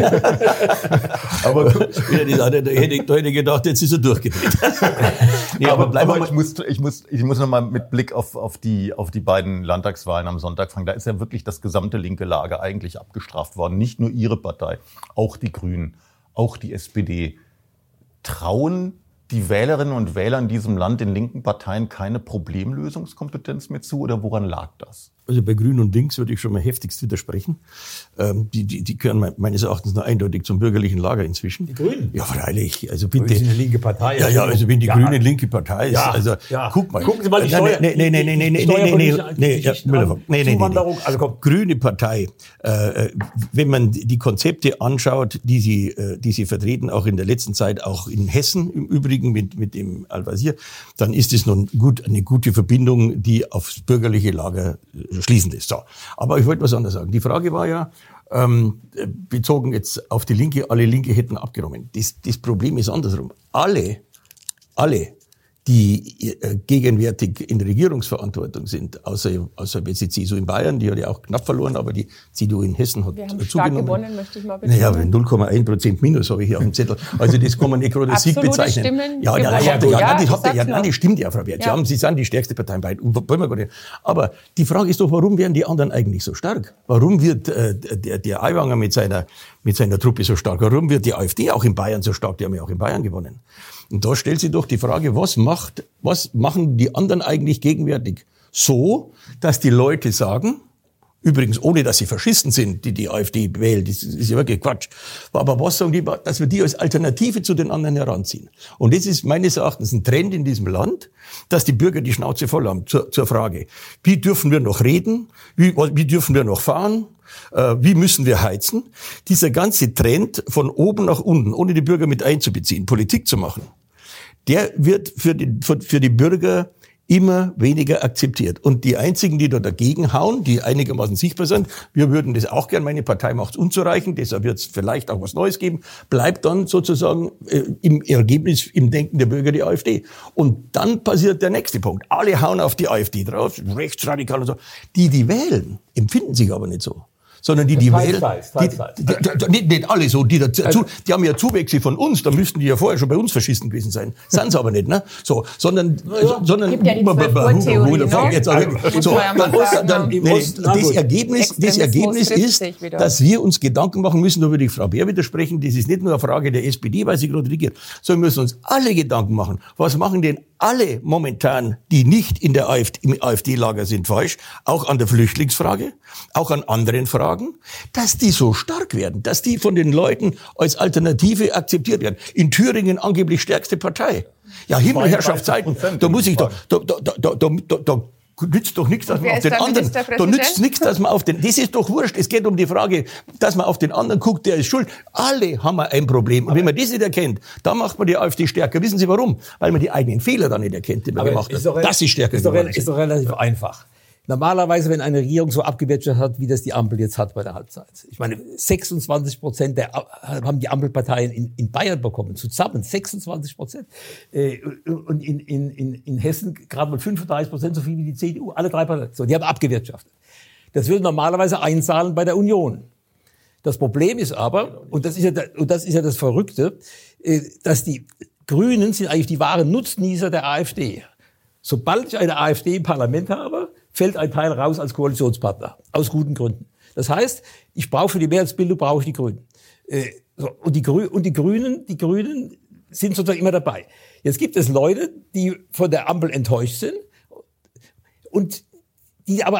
[SPEAKER 4] aber da hätte, da hätte ich gedacht, jetzt ist er durchgedreht.
[SPEAKER 2] nee, aber aber, aber ich, muss, ich, muss, ich muss noch mal mit Blick auf, auf, die, auf die beiden Landtagswahlen am Sonntag fangen. Da ist ja wirklich das gesamte linke Lager eigentlich abgestraft worden. Nicht nur Ihre Partei, auch die Grünen, auch die S P D. Trauen die Wählerinnen und Wähler in diesem Land den linken Parteien keine Problemlösungskompetenz mehr zu, oder woran lag das?
[SPEAKER 4] Also bei Grün und Links würde ich schon mal heftigst widersprechen. Ähm, die, die, die gehören meines Erachtens noch eindeutig zum bürgerlichen Lager inzwischen.
[SPEAKER 5] Die Grünen?
[SPEAKER 4] Ja, freilich. Also bitte.
[SPEAKER 5] Wir sind eine linke Partei.
[SPEAKER 4] Ja, ja, also wenn die
[SPEAKER 5] ja.
[SPEAKER 4] Grüne linke Partei ist,
[SPEAKER 5] ja.
[SPEAKER 4] also
[SPEAKER 5] ja.
[SPEAKER 4] guck mal.
[SPEAKER 5] Gucken Sie mal die Steuer.
[SPEAKER 4] Nee, nee, nee, nee, nee, nee, nee, nee, nee, nee, ja, nee, nee, nee,
[SPEAKER 5] Zuwanderung, also komm.
[SPEAKER 4] Grüne Partei, äh, wenn man die Konzepte anschaut, die sie, äh, die sie vertreten, auch in der letzten Zeit, auch in Hessen im Übrigen mit, mit dem Al-Wazir, dann ist es nun gut, eine gute Verbindung, die aufs bürgerliche Lager schließend ist. So. Aber ich wollte was anderes sagen. Die Frage war ja, ähm, bezogen jetzt auf die Linke, alle Linke hätten abgenommen. Das, das Problem ist andersrum. Alle, alle, die äh, gegenwärtig in Regierungsverantwortung sind, außer, außer jetzt die C S U in Bayern, die hat ja auch knapp verloren, aber die C D U in Hessen hat zugenommen. Wir haben stark
[SPEAKER 3] gewonnen, möchte ich mal betonen.
[SPEAKER 4] Naja, null Komma eins Prozent Minus habe ich hier auf dem Zettel. Also das kann man nicht gerade als Sieg bezeichnen.
[SPEAKER 3] Stimmen
[SPEAKER 4] ja, ja, ja, ja, ja, das, habt ihr, ja, nein, das stimmt ja, Frau Werth.
[SPEAKER 3] Ja.
[SPEAKER 4] Sie, haben, Sie sind die stärkste Partei in Bayern. Wollen wir gar nicht. Aber die Frage ist doch, warum werden die anderen eigentlich so stark? Warum wird äh, der, der Aiwanger mit seiner, mit seiner Truppe so stark? Warum wird die AfD auch in Bayern so stark? Die haben ja auch in Bayern gewonnen. Und da stellt sich doch die Frage, was macht, was machen die anderen eigentlich gegenwärtig so, dass die Leute sagen, übrigens ohne, dass sie Faschisten sind, die die AfD wählen, das ist ja wirklich Quatsch. Aber was sagen die, dass wir die als Alternative zu den anderen heranziehen? Und das ist meines Erachtens ein Trend in diesem Land, dass die Bürger die Schnauze voll haben zur, zur Frage, wie dürfen wir noch reden? Wie, wie dürfen wir noch fahren? Wie müssen wir heizen? Dieser ganze Trend von oben nach unten, ohne die Bürger mit einzubeziehen, Politik zu machen, der wird für die, für die Bürger immer weniger akzeptiert. Und die einzigen, die da dagegen hauen, die einigermaßen sichtbar sind, wir würden das auch gern, meine Partei macht es unzureichend, deshalb wird es vielleicht auch was Neues geben, bleibt dann sozusagen äh, im Ergebnis, im Denken der Bürger die AfD. Und dann passiert der nächste Punkt. Alle hauen auf die AfD drauf, rechtsradikal und so. Die, die wählen, empfinden sich aber nicht so. Sondern die, die wählen, die, die, die, nicht, nicht alle so, die dazu, die haben ja Zuwächse von uns, da müssten die ja vorher schon bei uns Faschisten gewesen sein. Sind sie aber nicht, ne? So, sondern,
[SPEAKER 3] ja, sondern, gibt ja die Zwölf-Uhr-Theorie,
[SPEAKER 4] ne? So, dann, dann, das Ergebnis, das Ergebnis ist, dass wir uns Gedanken machen müssen, da würde ich Frau Beer widersprechen, das ist nicht nur eine Frage der S P D, weil sie gerade regiert, sondern wir müssen uns alle Gedanken machen, was machen denn alle momentan, die nicht in der AfD, im AfD-Lager sind, falsch, auch an der Flüchtlingsfrage, auch an anderen Fragen, dass die so stark werden, dass die von den Leuten als Alternative akzeptiert werden. In Thüringen angeblich stärkste Partei. Ja, Himmelherrschaftszeiten, da muss ich, da, da, da, da, da, da, da nützt doch nichts, dass man auf den anderen, da nützt nichts, dass man auf den, das ist doch wurscht. Es geht um die Frage, dass man auf den anderen guckt, der ist schuld. Alle haben ein Problem. Und wenn man das nicht erkennt, dann macht man die AfD stärker. Wissen Sie warum? Weil man die eigenen Fehler dann nicht erkennt, die man gemacht hat. Das ist stärker.
[SPEAKER 5] Ist doch, ist doch relativ einfach. Normalerweise, wenn eine Regierung so abgewirtschaftet hat, wie das die Ampel jetzt hat bei der Halbzeit. Ich meine, sechsundzwanzig Prozent der, haben die Ampelparteien in, in Bayern bekommen. Zusammen sechsundzwanzig Prozent. Äh, und in, in, in, in Hessen gerade mal fünfunddreißig Prozent, so viel wie die C D U. Alle drei Parteien. So, die haben abgewirtschaftet. Das würde normalerweise einzahlen bei der Union. Das Problem ist aber, und das ist ja, und das ist ja das Verrückte, äh, dass die Grünen sind eigentlich die wahren Nutznießer der AfD. Sobald ich eine AfD im Parlament habe, fällt ein Teil raus als Koalitionspartner. Aus guten Gründen. Das heißt, ich brauche für die Mehrheitsbildung brauche ich die Grünen. Äh, so, und, die Grü- und die Grünen, die Grünen sind sozusagen immer dabei. Jetzt gibt es Leute, die von der Ampel enttäuscht sind und die aber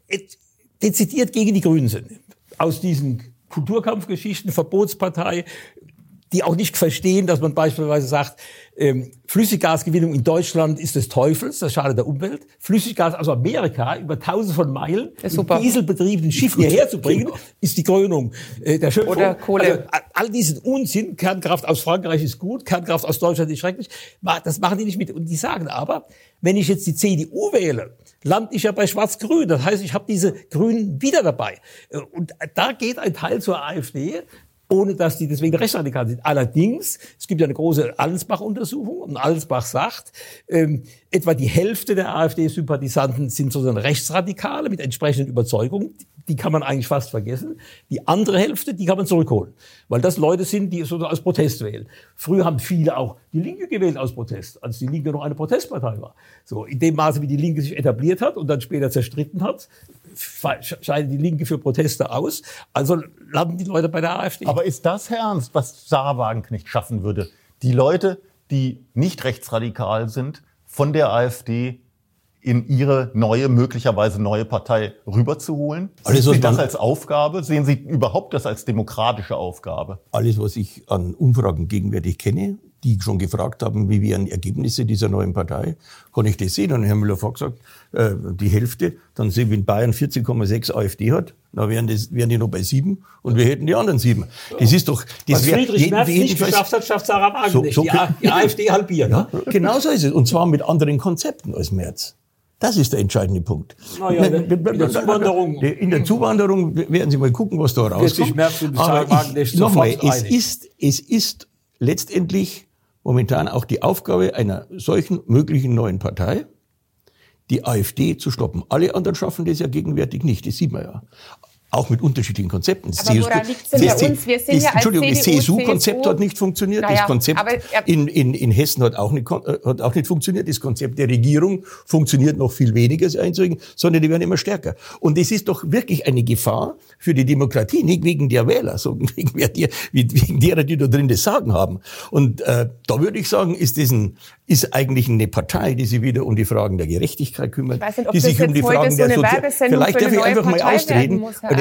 [SPEAKER 5] dezidiert gegen die Grünen sind. Aus diesen Kulturkampfgeschichten, Verbotspartei, die auch nicht verstehen, dass man beispielsweise sagt, ähm, Flüssiggasgewinnung in Deutschland ist des Teufels, das schadet der Umwelt. Flüssiggas aus Amerika über tausende von Meilen in dieselbetriebenen Schiffen hierher zu bringen, ist die Krönung äh, der Schöpfung.
[SPEAKER 3] Oder Kohle.
[SPEAKER 5] Also, all diesen Unsinn, Kernkraft aus Frankreich ist gut, Kernkraft aus Deutschland ist schrecklich, das machen die nicht mit. Und die sagen aber, wenn ich jetzt die C D U wähle, lande ich ja bei Schwarz-Grün. Das heißt, ich habe diese Grünen wieder dabei. Und da geht ein Teil zur AfD, ohne dass die deswegen rechtsradikal sind. Allerdings, es gibt ja eine große Allensbach-Untersuchung und Allensbach sagt, ähm, etwa die Hälfte der AfD-Sympathisanten sind sozusagen Rechtsradikale mit entsprechenden Überzeugungen. Die kann man eigentlich fast vergessen. Die andere Hälfte, die kann man zurückholen. Weil das Leute sind, die sozusagen aus Protest wählen. Früher haben viele auch die Linke gewählt aus Protest, als die Linke noch eine Protestpartei war. So, in dem Maße, wie die Linke sich etabliert hat und dann später zerstritten hat, scheidet die Linke für Proteste aus. Also landen die Leute bei der AfD.
[SPEAKER 2] Aber ist das, Herr Ernst, was Sarah Wagenknecht schaffen würde? Die Leute, die nicht rechtsradikal sind, von der AfD in ihre neue, möglicherweise neue Partei rüberzuholen? Sehen Sie das als Aufgabe? Sehen Sie überhaupt das als demokratische Aufgabe?
[SPEAKER 4] Alles, was ich an Umfragen gegenwärtig kenne, die schon gefragt haben, wie wären Ergebnisse dieser neuen Partei, kann ich das sehen. Und Herr Müller-Vogt gesagt, äh, die Hälfte, dann sehen wir in Bayern vierzehn Komma sechs AfD hat, dann wären, das, wären die noch bei sieben und wir hätten die anderen sieben. Das ist doch... Das
[SPEAKER 5] was Friedrich Merz nicht geschafft hat, schafft Sarah Wagenknecht. So, so, die, die AfD halbieren.
[SPEAKER 4] Ja, genau so ist es. Und zwar mit anderen Konzepten als Merz. Das ist der entscheidende Punkt.
[SPEAKER 5] Naja, in der Zuwanderung.
[SPEAKER 4] In der Zuwanderung werden Sie mal gucken, was da rauskommt. Aber ich, nochmal, es ist, es ist letztendlich momentan auch die Aufgabe einer solchen möglichen neuen Partei, die AfD zu stoppen. Alle anderen schaffen das ja gegenwärtig nicht, das sieht man ja. Auch mit unterschiedlichen Konzepten. Das
[SPEAKER 3] aber woran liegt es denn bei uns? Wir sind
[SPEAKER 4] das,
[SPEAKER 3] ja als
[SPEAKER 4] Entschuldigung, das
[SPEAKER 3] C D U,
[SPEAKER 4] C S U-Konzept hat nicht funktioniert.
[SPEAKER 3] Naja,
[SPEAKER 4] das Konzept
[SPEAKER 3] aber, ja.
[SPEAKER 4] in, in, in Hessen hat auch, nicht, hat auch nicht funktioniert. Das Konzept der Regierung funktioniert noch viel weniger, sie einzurichten, sondern die werden immer stärker. Und es ist doch wirklich eine Gefahr für die Demokratie, nicht wegen der Wähler, sondern wegen, wegen derer, die da drin das Sagen haben. Und äh, da würde ich sagen, ist das ein, ist eigentlich eine Partei, die sich wieder um die Fragen der Gerechtigkeit kümmert,
[SPEAKER 3] ich weiß nicht, ob
[SPEAKER 4] die sich
[SPEAKER 3] das
[SPEAKER 4] um die
[SPEAKER 3] jetzt
[SPEAKER 4] Fragen
[SPEAKER 3] so
[SPEAKER 4] der
[SPEAKER 3] eine
[SPEAKER 4] Sozial... Vielleicht darf ich einfach mal ausreden. Muss,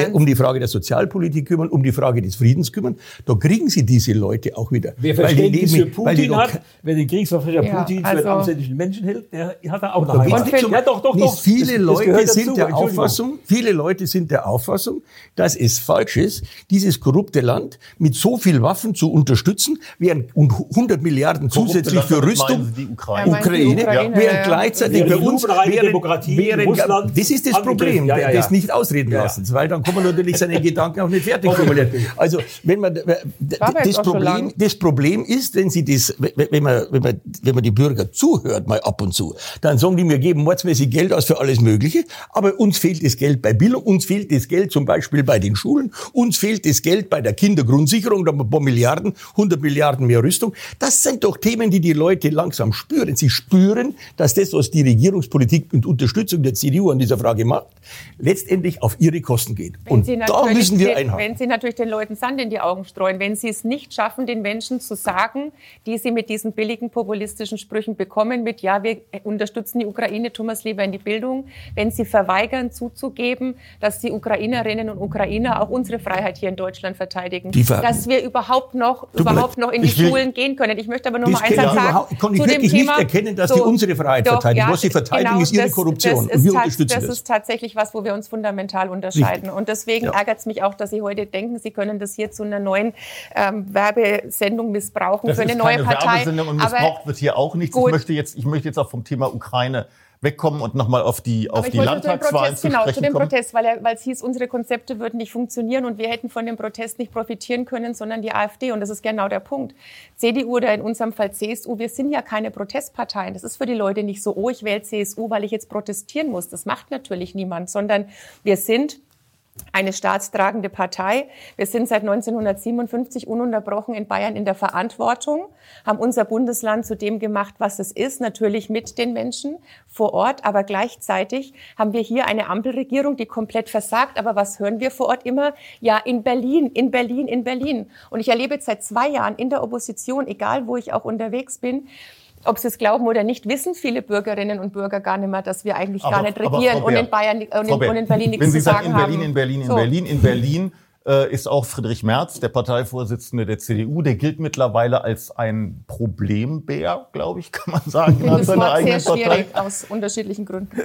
[SPEAKER 4] der, um die Frage der Sozialpolitik kümmern, um die Frage des Friedens kümmern, da kriegen sie diese Leute auch wieder.
[SPEAKER 5] Wer Verständnis für Putin hat, wer den Kriegsverbrecher ja, Putin für also einen anständigen Menschen hält, der hat er auch noch
[SPEAKER 4] einmal. Ja, doch, doch, doch. Viele, das, Leute das sind der Auffassung, viele Leute sind der Auffassung, dass es falsch ist, dieses korrupte Land mit so viel Waffen zu unterstützen, während und hundert Milliarden zusätzlich für Rüstung,
[SPEAKER 2] die Ukraine,
[SPEAKER 4] Ukraine,
[SPEAKER 3] Ukraine
[SPEAKER 4] während
[SPEAKER 3] ja.
[SPEAKER 4] gleichzeitig bei uns, während, während, Russland, das ist das Problem, ja, ja, ja. das nicht ausreden ja, ja. lassen, weil dann kann man natürlich seine Gedanken auch nicht fertig formulieren. Also, wenn man, das Problem, das Problem ist, wenn Sie das, wenn man, wenn man, wenn man die Bürger zuhört, mal ab und zu, dann sagen die, wir geben mordsmäßig Geld aus für alles Mögliche, aber uns fehlt das Geld bei Bildung, uns fehlt das Geld zum Beispiel bei den Schulen, uns fehlt das Geld bei der Kindergrundsicherung, da haben wir ein paar Milliarden, hundert Milliarden mehr Rüstung. Das sind doch Themen, die die Leute langsam spüren. Sie spüren, dass das, was die Regierungspolitik mit Unterstützung der C D U an dieser Frage macht, letztendlich auf ihre Kosten geht.
[SPEAKER 3] Wenn
[SPEAKER 4] und da müssen wir einhaken.
[SPEAKER 3] Wenn Sie natürlich den Leuten Sand in die Augen streuen, wenn Sie es nicht schaffen, den Menschen zu sagen, die Sie mit diesen billigen populistischen Sprüchen bekommen, mit ja, wir unterstützen die Ukraine, tun wir es lieber in die Bildung, wenn Sie verweigern zuzugeben, dass die Ukrainerinnen und Ukrainer auch unsere Freiheit hier in Deutschland verteidigen, dass wir überhaupt noch, überhaupt noch in die Schulen gehen können. Ich möchte aber nur mal eins sagen,
[SPEAKER 4] ich kann ich wirklich nicht erkennen, dass so, die unsere Freiheit doch, verteidigen. Ja, was sie verteidigen, genau, ist ihre das, Korruption.
[SPEAKER 3] Das,
[SPEAKER 4] und wir
[SPEAKER 3] das,
[SPEAKER 4] unterstützen
[SPEAKER 3] das.
[SPEAKER 4] Das
[SPEAKER 3] ist tatsächlich was, wo wir uns fundamental unterscheiden. Richtig. Und deswegen ja. ärgert es mich auch, dass Sie heute denken, Sie können das hier zu einer neuen ähm, Werbesendung missbrauchen
[SPEAKER 2] das
[SPEAKER 3] für eine neue Partei.
[SPEAKER 2] Werbesendung und missbraucht aber wird hier auch nichts. Ich möchte jetzt, ich möchte jetzt auch vom Thema Ukraine wegkommen und nochmal auf die, auf die Landtagswahlen zu sprechen kommen.
[SPEAKER 3] Genau, zu dem Protest, weil, er, weil es hieß, unsere Konzepte würden nicht funktionieren und wir hätten von dem Protest nicht profitieren können, sondern die AfD. Und das ist genau der Punkt. C D U oder in unserem Fall C S U, wir sind ja keine Protestparteien. Das ist für die Leute nicht so, oh, ich wähle C S U, weil ich jetzt protestieren muss. Das macht natürlich niemand, sondern wir sind eine staatstragende Partei. Wir sind seit neunzehnhundertsiebenundfünfzig ununterbrochen in Bayern in der Verantwortung, haben unser Bundesland zu dem gemacht, was es ist, natürlich mit den Menschen vor Ort, aber gleichzeitig haben wir hier eine Ampelregierung, die komplett versagt. Aber was hören wir vor Ort immer? Ja, in Berlin, in Berlin, in Berlin. Und ich erlebe jetzt seit zwei Jahren in der Opposition, egal wo ich auch unterwegs bin, ob Sie es glauben oder nicht, wissen viele Bürgerinnen und Bürger gar nicht mehr, dass wir eigentlich aber, gar nicht regieren und in Bayern und in, und in Berlin nichts zu sagen haben.
[SPEAKER 2] Wenn Sie sagen, in Berlin, in Berlin, in Berlin, in Berlin äh, ist auch Friedrich Merz, der Parteivorsitzende der C D U, der gilt mittlerweile als ein Problembär, glaube ich, kann man sagen.
[SPEAKER 3] Ich finde das Wort sehr schwierig, Partei. Aus unterschiedlichen Gründen.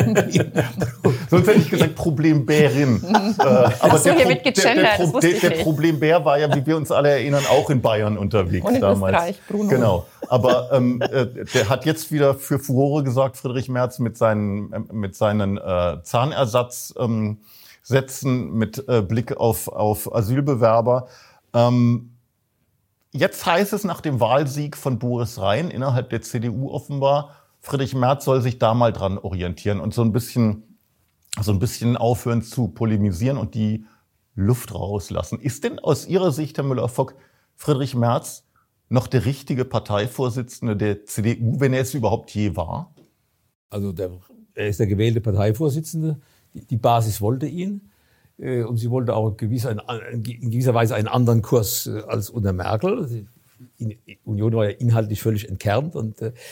[SPEAKER 2] Sonst hätte ich gesagt Problembärin. äh, aber
[SPEAKER 3] so,
[SPEAKER 2] der,
[SPEAKER 3] hier
[SPEAKER 2] Pro
[SPEAKER 3] wird
[SPEAKER 2] der, der,
[SPEAKER 3] Pro
[SPEAKER 2] der, der Problembär war ja, wie wir uns alle erinnern, auch in Bayern unterwegs
[SPEAKER 3] und in
[SPEAKER 2] damals.
[SPEAKER 3] Österreich, Bruno.
[SPEAKER 2] Genau. Aber ähm, äh, der hat jetzt wieder für Furore gesorgt, Friedrich Merz, mit seinen, äh, mit seinen äh, Zahnersatzsätzen, ähm, mit äh, Blick auf, auf Asylbewerber. Ähm, jetzt heißt es nach dem Wahlsieg von Boris Rhein innerhalb der C D U offenbar, Friedrich Merz soll sich da mal dran orientieren und so ein bisschen, so ein bisschen aufhören zu polemisieren und die Luft rauslassen. Ist denn aus Ihrer Sicht, Herr Müller-Fock, Friedrich Merz noch der richtige Parteivorsitzende der C D U, wenn er es überhaupt je war?
[SPEAKER 5] Also der, er ist der gewählte Parteivorsitzende. Die, die Basis wollte ihn. Äh, und sie wollte auch gewiss ein, in gewisser Weise einen anderen Kurs äh, als unter Merkel. Die Union war ja inhaltlich völlig entkernt. Und äh,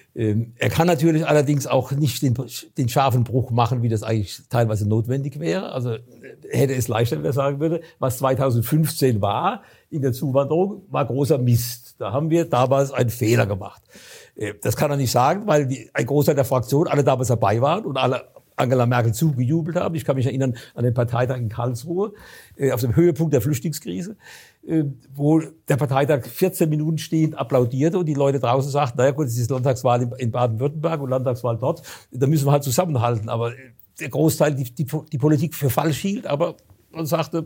[SPEAKER 5] er kann natürlich allerdings auch nicht den, den scharfen Bruch machen, wie das eigentlich teilweise notwendig wäre. Also er hätte es leichter, wenn er sagen würde, was zweitausendfünfzehn war in der Zuwanderung, war großer Mist. Da haben wir damals einen Fehler gemacht. Das kann er nicht sagen, weil die, ein Großteil der Fraktion alle damals dabei waren und alle Angela Merkel zugejubelt haben. Ich kann mich erinnern an den Parteitag in Karlsruhe, äh, auf dem Höhepunkt der Flüchtlingskrise, äh, wo der Parteitag vierzehn Minuten stehend applaudierte und die Leute draußen sagten, naja gut, es ist Landtagswahl in, in Baden-Württemberg und Landtagswahl dort, da müssen wir halt zusammenhalten. Aber der Großteil die, die, die Politik für falsch hielt, aber man sagte,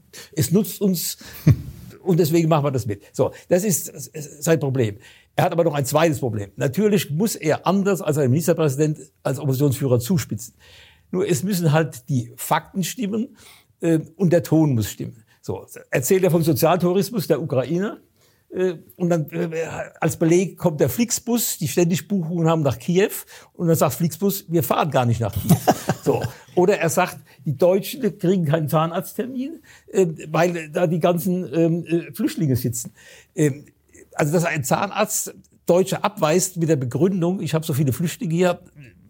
[SPEAKER 5] es nutzt uns und deswegen machen wir das mit. So, das ist sein Problem. Er hat aber noch ein zweites Problem. Natürlich muss er anders als ein Ministerpräsident als Oppositionsführer zuspitzen. Nur es müssen halt die Fakten stimmen äh, und der Ton muss stimmen. So, erzählt er vom Sozialtourismus der Ukraine äh, und dann äh, als Beleg kommt der Flixbus, die ständig Buchungen haben nach Kiew und dann sagt Flixbus, wir fahren gar nicht nach Kiew. So. Oder er sagt, die Deutschen kriegen keinen Zahnarzttermin, äh, weil da die ganzen äh, Flüchtlinge sitzen. Äh, Also, dass ein Zahnarzt Deutsche abweist mit der Begründung, ich habe so viele Flüchtlinge hier,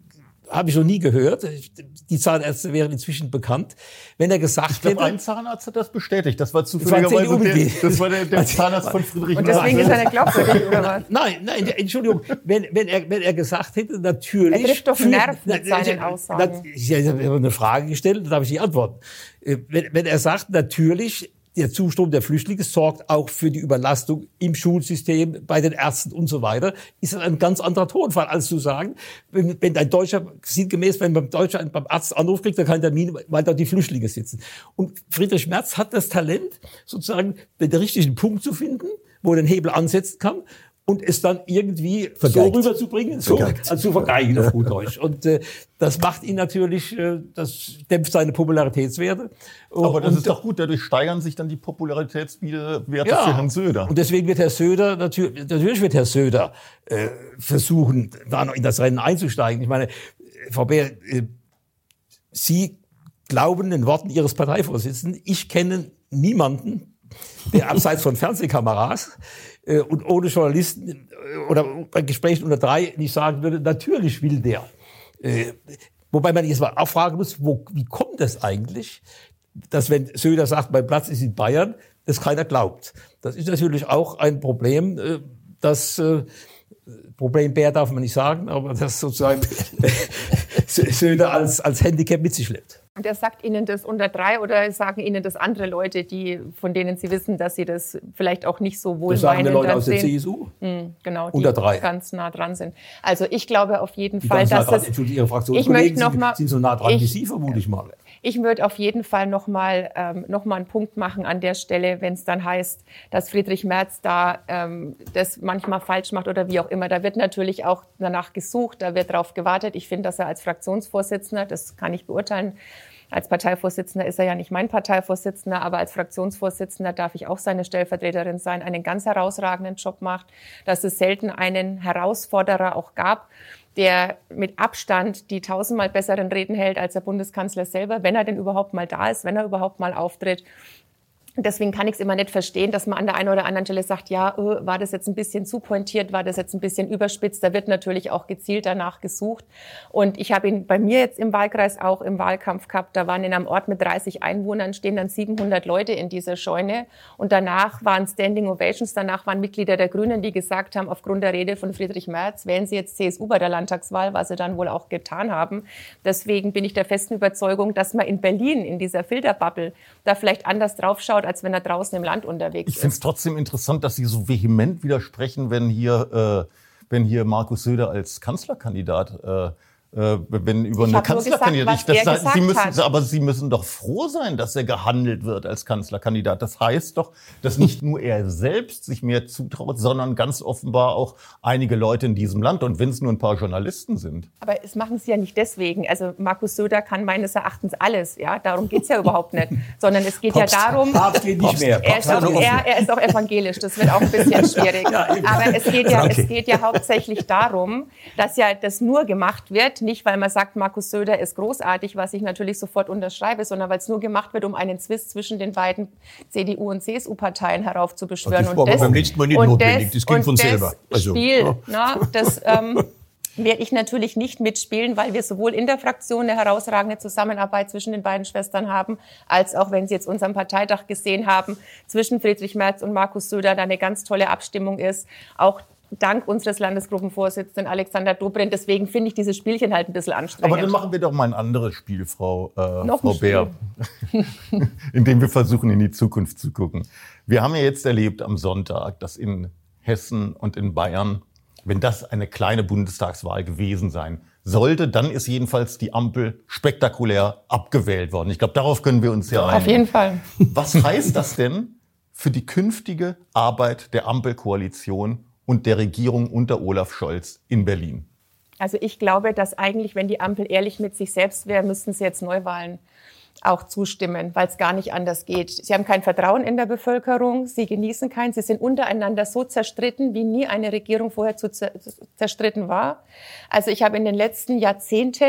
[SPEAKER 5] habe ich noch nie gehört. Die Zahnärzte wären inzwischen bekannt. Wenn er gesagt
[SPEAKER 2] ich glaube,
[SPEAKER 5] hätte...
[SPEAKER 2] ein Zahnarzt hat das bestätigt. Das war zufälligerweise der, das war der, der Zahnarzt von Friedrich
[SPEAKER 3] Und deswegen
[SPEAKER 2] Merz.
[SPEAKER 3] ist er nicht glaubwürdig, oder was?
[SPEAKER 5] Nein, nein, Entschuldigung. Wenn, wenn, er, wenn er gesagt hätte, natürlich...
[SPEAKER 3] Er trifft doch
[SPEAKER 5] für-
[SPEAKER 3] Nerv mit
[SPEAKER 5] Na,
[SPEAKER 3] seinen
[SPEAKER 5] na,
[SPEAKER 3] Aussagen.
[SPEAKER 5] Ich habe eine Frage gestellt, da darf ich nicht antworten. Äh, Wenn, wenn er sagt, natürlich... Der Zustrom der Flüchtlinge sorgt auch für die Überlastung im Schulsystem, bei den Ärzten und so weiter. Ist das ein ganz anderer Tonfall, als zu sagen, wenn, wenn ein Deutscher, sinngemäß, wenn beim Deutscher beim Arzt Anruf kriegt, dann kein Termin, weil dort die Flüchtlinge sitzen. Und Friedrich Merz hat das Talent, sozusagen den richtigen Punkt zu finden, wo er den Hebel ansetzen kann. Und es dann irgendwie
[SPEAKER 4] Vergeigt.
[SPEAKER 5] so rüberzubringen, so,
[SPEAKER 4] Vergeigt.
[SPEAKER 5] also zu vergeigen auf gut Deutsch. Und äh, das macht ihn natürlich, äh, das dämpft seine Popularitätswerte.
[SPEAKER 2] Aber das
[SPEAKER 5] und,
[SPEAKER 2] ist doch gut, dadurch steigern sich dann die Popularitätswerte
[SPEAKER 5] ja,
[SPEAKER 2] für Herrn Söder.
[SPEAKER 5] Und deswegen wird Herr Söder, natürlich, natürlich wird Herr Söder äh, versuchen, da noch in das Rennen einzusteigen. Ich meine, Frau Beer, äh, Sie glauben den Worten Ihres Parteivorsitzenden. Ich kenne niemanden, der abseits von Fernsehkameras äh, und ohne Journalisten äh, oder bei Gesprächen unter drei nicht sagen würde, natürlich will der. Äh, wobei man jetzt mal auch fragen muss, wo, wie kommt das eigentlich, dass wenn Söder sagt, mein Platz ist in Bayern, das keiner glaubt. Das ist natürlich auch ein Problem, äh, das äh, Problem Bär darf man nicht sagen, aber das sozusagen Söder als, als Handicap mit sich schleppt.
[SPEAKER 3] Und er sagt Ihnen das unter drei oder sagen Ihnen das andere Leute, die, von denen Sie wissen, dass Sie das vielleicht auch nicht so
[SPEAKER 5] Das sagen
[SPEAKER 3] wohlmeinend
[SPEAKER 5] die Leute aus der
[SPEAKER 3] sehen?
[SPEAKER 5] C S U.
[SPEAKER 3] Hm, genau, die
[SPEAKER 5] Unter drei.
[SPEAKER 3] ganz nah dran sind. Also ich glaube auf jeden
[SPEAKER 5] Die
[SPEAKER 3] Fall,
[SPEAKER 5] ganz nah
[SPEAKER 3] dass
[SPEAKER 5] dran,
[SPEAKER 3] es...
[SPEAKER 5] Entschuldigung, Ihre
[SPEAKER 3] Ich
[SPEAKER 5] Fraktionskollegen
[SPEAKER 3] möchte noch
[SPEAKER 5] sind,
[SPEAKER 3] mal-
[SPEAKER 5] sind so nah dran wie
[SPEAKER 3] ich-
[SPEAKER 5] Sie, vermute ich mal.
[SPEAKER 3] Ich würde auf jeden Fall noch mal, ähm, noch mal einen Punkt machen an der Stelle, wenn es dann heißt, dass Friedrich Merz da ähm, das manchmal falsch macht oder wie auch immer. Da wird natürlich auch danach gesucht, da wird darauf gewartet. Ich finde, dass er als Fraktionsvorsitzender, das kann ich beurteilen, als Parteivorsitzender ist er ja nicht mein Parteivorsitzender, aber als Fraktionsvorsitzender darf ich auch seine Stellvertreterin sein, einen ganz herausragenden Job macht, dass es selten einen Herausforderer auch gab, der mit Abstand die tausendmal besseren Reden hält als der Bundeskanzler selber, wenn er denn überhaupt mal da ist, wenn er überhaupt mal auftritt. Deswegen kann ich es immer nicht verstehen, dass man an der einen oder anderen Stelle sagt, ja, äh, war das jetzt ein bisschen zu pointiert, war das jetzt ein bisschen überspitzt. Da wird natürlich auch gezielt danach gesucht. Und ich habe ihn bei mir jetzt im Wahlkreis auch im Wahlkampf gehabt. Da waren in einem Ort mit dreißig Einwohnern, stehen dann siebenhundert Leute in dieser Scheune. Und danach waren Standing Ovations, danach waren Mitglieder der Grünen, die gesagt haben, aufgrund der Rede von Friedrich Merz, wählen Sie jetzt C S U bei der Landtagswahl, was sie dann wohl auch getan haben. Deswegen bin ich der festen Überzeugung, dass man in Berlin, in dieser Filterbubble, da vielleicht anders drauf schaut, als wenn er draußen im Land unterwegs
[SPEAKER 2] Ich finde es
[SPEAKER 3] ist.
[SPEAKER 2] trotzdem interessant, dass Sie so vehement widersprechen, wenn hier, äh, wenn hier Markus Söder als Kanzlerkandidat, äh, äh, wenn über
[SPEAKER 3] Ich
[SPEAKER 2] eine
[SPEAKER 3] hab nur gesagt,
[SPEAKER 2] Kanzlerkandidatin,
[SPEAKER 3] was er
[SPEAKER 2] das,
[SPEAKER 3] gesagt
[SPEAKER 2] Sie müssen,
[SPEAKER 3] hat.
[SPEAKER 2] aber Sie müssen doch froh sein, dass er gehandelt wird als Kanzlerkandidat. Das heißt doch, dass nicht nur er selbst sich mehr zutraut, sondern ganz offenbar auch einige Leute in diesem Land. Und wenn es nur ein paar Journalisten sind.
[SPEAKER 3] Aber es machen sie ja nicht deswegen. Also Markus Söder kann meines Erachtens alles. Ja, darum geht's ja überhaupt nicht. Sondern es geht
[SPEAKER 4] Papst.
[SPEAKER 3] ja darum...
[SPEAKER 5] Papst geht nicht mehr.
[SPEAKER 3] Er ist,
[SPEAKER 5] Papst
[SPEAKER 3] auch, er, er ist auch evangelisch, das wird auch ein bisschen schwierig. Aber es geht, ja, es geht ja hauptsächlich darum, dass ja das nur gemacht wird, nicht weil man sagt, Markus Söder ist großartig, was ich natürlich sofort unterschreibe, sondern weil es nur gemacht wird, um einen Zwist zwischen den beiden C D U- und C S U-Parteien heraufzubeschwören.
[SPEAKER 4] Das war aber beim letzten Mal nicht
[SPEAKER 3] und
[SPEAKER 4] notwendig, das ging
[SPEAKER 3] und
[SPEAKER 4] von selber.
[SPEAKER 3] Das
[SPEAKER 4] Also,
[SPEAKER 3] Spiel,
[SPEAKER 4] ja.
[SPEAKER 3] na, das... Ähm, werde ich natürlich nicht mitspielen, weil wir sowohl in der Fraktion eine herausragende Zusammenarbeit zwischen den beiden Schwestern haben, als auch, wenn Sie jetzt unseren Parteitag gesehen haben, zwischen Friedrich Merz und Markus Söder da eine ganz tolle Abstimmung ist. Auch dank unseres Landesgruppenvorsitzenden Alexander Dobrindt. Deswegen finde ich dieses Spielchen halt ein bisschen anstrengend.
[SPEAKER 2] Aber dann machen wir doch mal ein anderes Spiel, Frau, äh,
[SPEAKER 3] Noch ein
[SPEAKER 2] Frau
[SPEAKER 3] Spiel.
[SPEAKER 2] Beer, indem wir versuchen, in die Zukunft zu gucken. Wir haben ja jetzt erlebt am Sonntag, dass in Hessen und in Bayern, wenn das eine kleine Bundestagswahl gewesen sein sollte, dann ist jedenfalls die Ampel spektakulär abgewählt worden. Ich glaube, darauf können wir uns ja einigen.
[SPEAKER 3] Auf jeden Fall.
[SPEAKER 2] Was heißt das denn für die künftige Arbeit der Ampelkoalition und der Regierung unter Olaf Scholz in Berlin?
[SPEAKER 3] Also ich glaube, dass eigentlich, wenn die Ampel ehrlich mit sich selbst wäre, müssten sie jetzt Neuwahlen auch zustimmen, weil es gar nicht anders geht. Sie haben kein Vertrauen in der Bevölkerung, sie genießen keins, sie sind untereinander so zerstritten, wie nie eine Regierung vorher zu zer- zerstritten war. Also ich habe in den letzten Jahrzehnten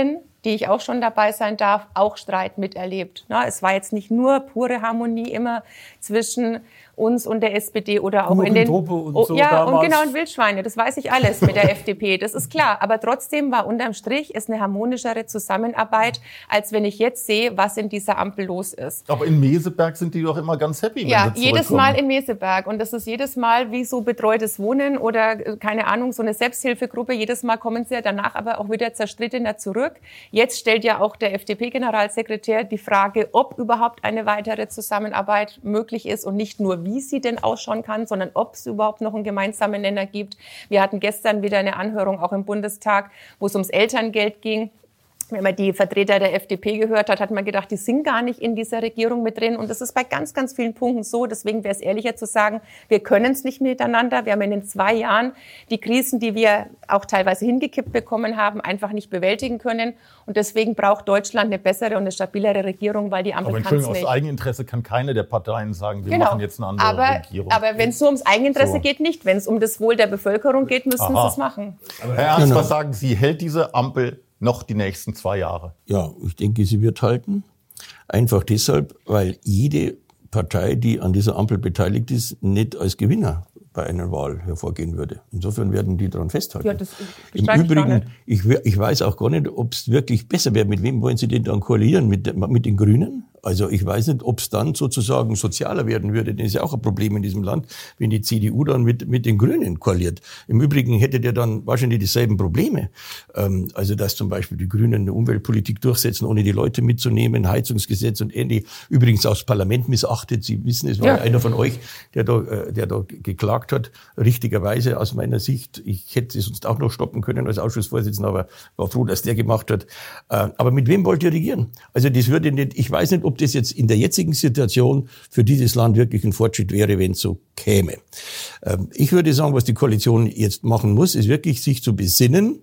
[SPEAKER 3] die ich auch schon dabei sein darf, auch Streit miterlebt. Na, es war jetzt nicht nur pure Harmonie immer zwischen uns und der S P D oder auch in den
[SPEAKER 5] und
[SPEAKER 3] oh,
[SPEAKER 5] so
[SPEAKER 3] ja
[SPEAKER 5] damals.
[SPEAKER 3] und genau in Wildschweine, das weiß ich alles mit der F D P, das ist klar, aber trotzdem war unterm Strich es eine harmonischere Zusammenarbeit, als wenn ich jetzt sehe, was in dieser Ampel los ist.
[SPEAKER 2] Aber in Meseberg sind die doch immer ganz happy, wenn
[SPEAKER 3] Ja,
[SPEAKER 2] sie
[SPEAKER 3] jedes
[SPEAKER 2] zurückkommen.
[SPEAKER 3] Mal in Meseberg und das ist jedes Mal wie so betreutes Wohnen oder keine Ahnung, so eine Selbsthilfegruppe, jedes Mal kommen sie ja danach aber auch wieder zerstrittener zurück. Jetzt stellt ja auch der F D P-Generalsekretär die Frage, ob überhaupt eine weitere Zusammenarbeit möglich ist und nicht nur, wie sie denn ausschauen kann, sondern ob es überhaupt noch einen gemeinsamen Nenner gibt. Wir hatten gestern wieder eine Anhörung auch im Bundestag, wo es ums Elterngeld ging. Wenn man die Vertreter der F D P gehört hat, hat man gedacht, die sind gar nicht in dieser Regierung mit drin. Und das ist bei ganz, ganz vielen Punkten so. Deswegen wäre es ehrlicher zu sagen, wir können es nicht miteinander. Wir haben in den zwei Jahren die Krisen, die wir auch teilweise hingekippt bekommen haben, einfach nicht bewältigen können. Und deswegen braucht Deutschland eine bessere und eine stabilere Regierung, weil die Ampel
[SPEAKER 2] Aber
[SPEAKER 3] kann es
[SPEAKER 2] Entschuldigung,
[SPEAKER 3] nicht.
[SPEAKER 2] aus Eigeninteresse kann keine der Parteien sagen, wir
[SPEAKER 3] Genau.
[SPEAKER 2] machen jetzt eine andere
[SPEAKER 3] aber,
[SPEAKER 2] Regierung.
[SPEAKER 3] aber wenn es nur ums Eigeninteresse
[SPEAKER 2] So.
[SPEAKER 3] geht, nicht. Wenn es um das Wohl der Bevölkerung geht, müssen
[SPEAKER 2] Aha.
[SPEAKER 3] sie es machen.
[SPEAKER 2] Herr Ernst,
[SPEAKER 4] Genau.
[SPEAKER 2] was sagen Sie, hält diese Ampel noch die nächsten zwei Jahre?
[SPEAKER 4] Ja, ich denke, sie wird halten. Einfach deshalb, weil jede Partei, die an dieser Ampel beteiligt ist, nicht als Gewinner bei einer Wahl hervorgehen würde. Insofern werden die daran festhalten.
[SPEAKER 3] Ja, das
[SPEAKER 4] Im
[SPEAKER 3] bestreite ich gar
[SPEAKER 4] Übrigen,
[SPEAKER 3] nicht.
[SPEAKER 4] ich, we- ich weiß auch gar nicht, ob es wirklich besser wäre. Mit wem wollen Sie denn dann koalieren? Mit, der- mit den Grünen? Also ich weiß nicht, ob es dann sozusagen sozialer werden würde. Das ist ja auch ein Problem in diesem Land, wenn die C D U dann mit, mit den Grünen koaliert. Im Übrigen hätte der dann wahrscheinlich dieselben Probleme. Ähm, also dass zum Beispiel die Grünen eine Umweltpolitik durchsetzen, ohne die Leute mitzunehmen, Heizungsgesetz und ähnlich. Übrigens auch das Parlament missachtet. Sie wissen, es war
[SPEAKER 3] Ja.
[SPEAKER 4] einer von euch, der da, äh, der da geklagt hat, richtigerweise aus meiner Sicht. Ich hätte es sonst auch noch stoppen können als Ausschussvorsitzender, aber war froh, dass der gemacht hat. Äh, aber mit wem wollt ihr regieren? Also das würde nicht, ich weiß nicht, ob das jetzt in der jetzigen Situation für dieses Land wirklich ein Fortschritt wäre, wenn es so käme. Ähm, ich würde sagen, was die Koalition jetzt machen muss, ist wirklich sich zu besinnen,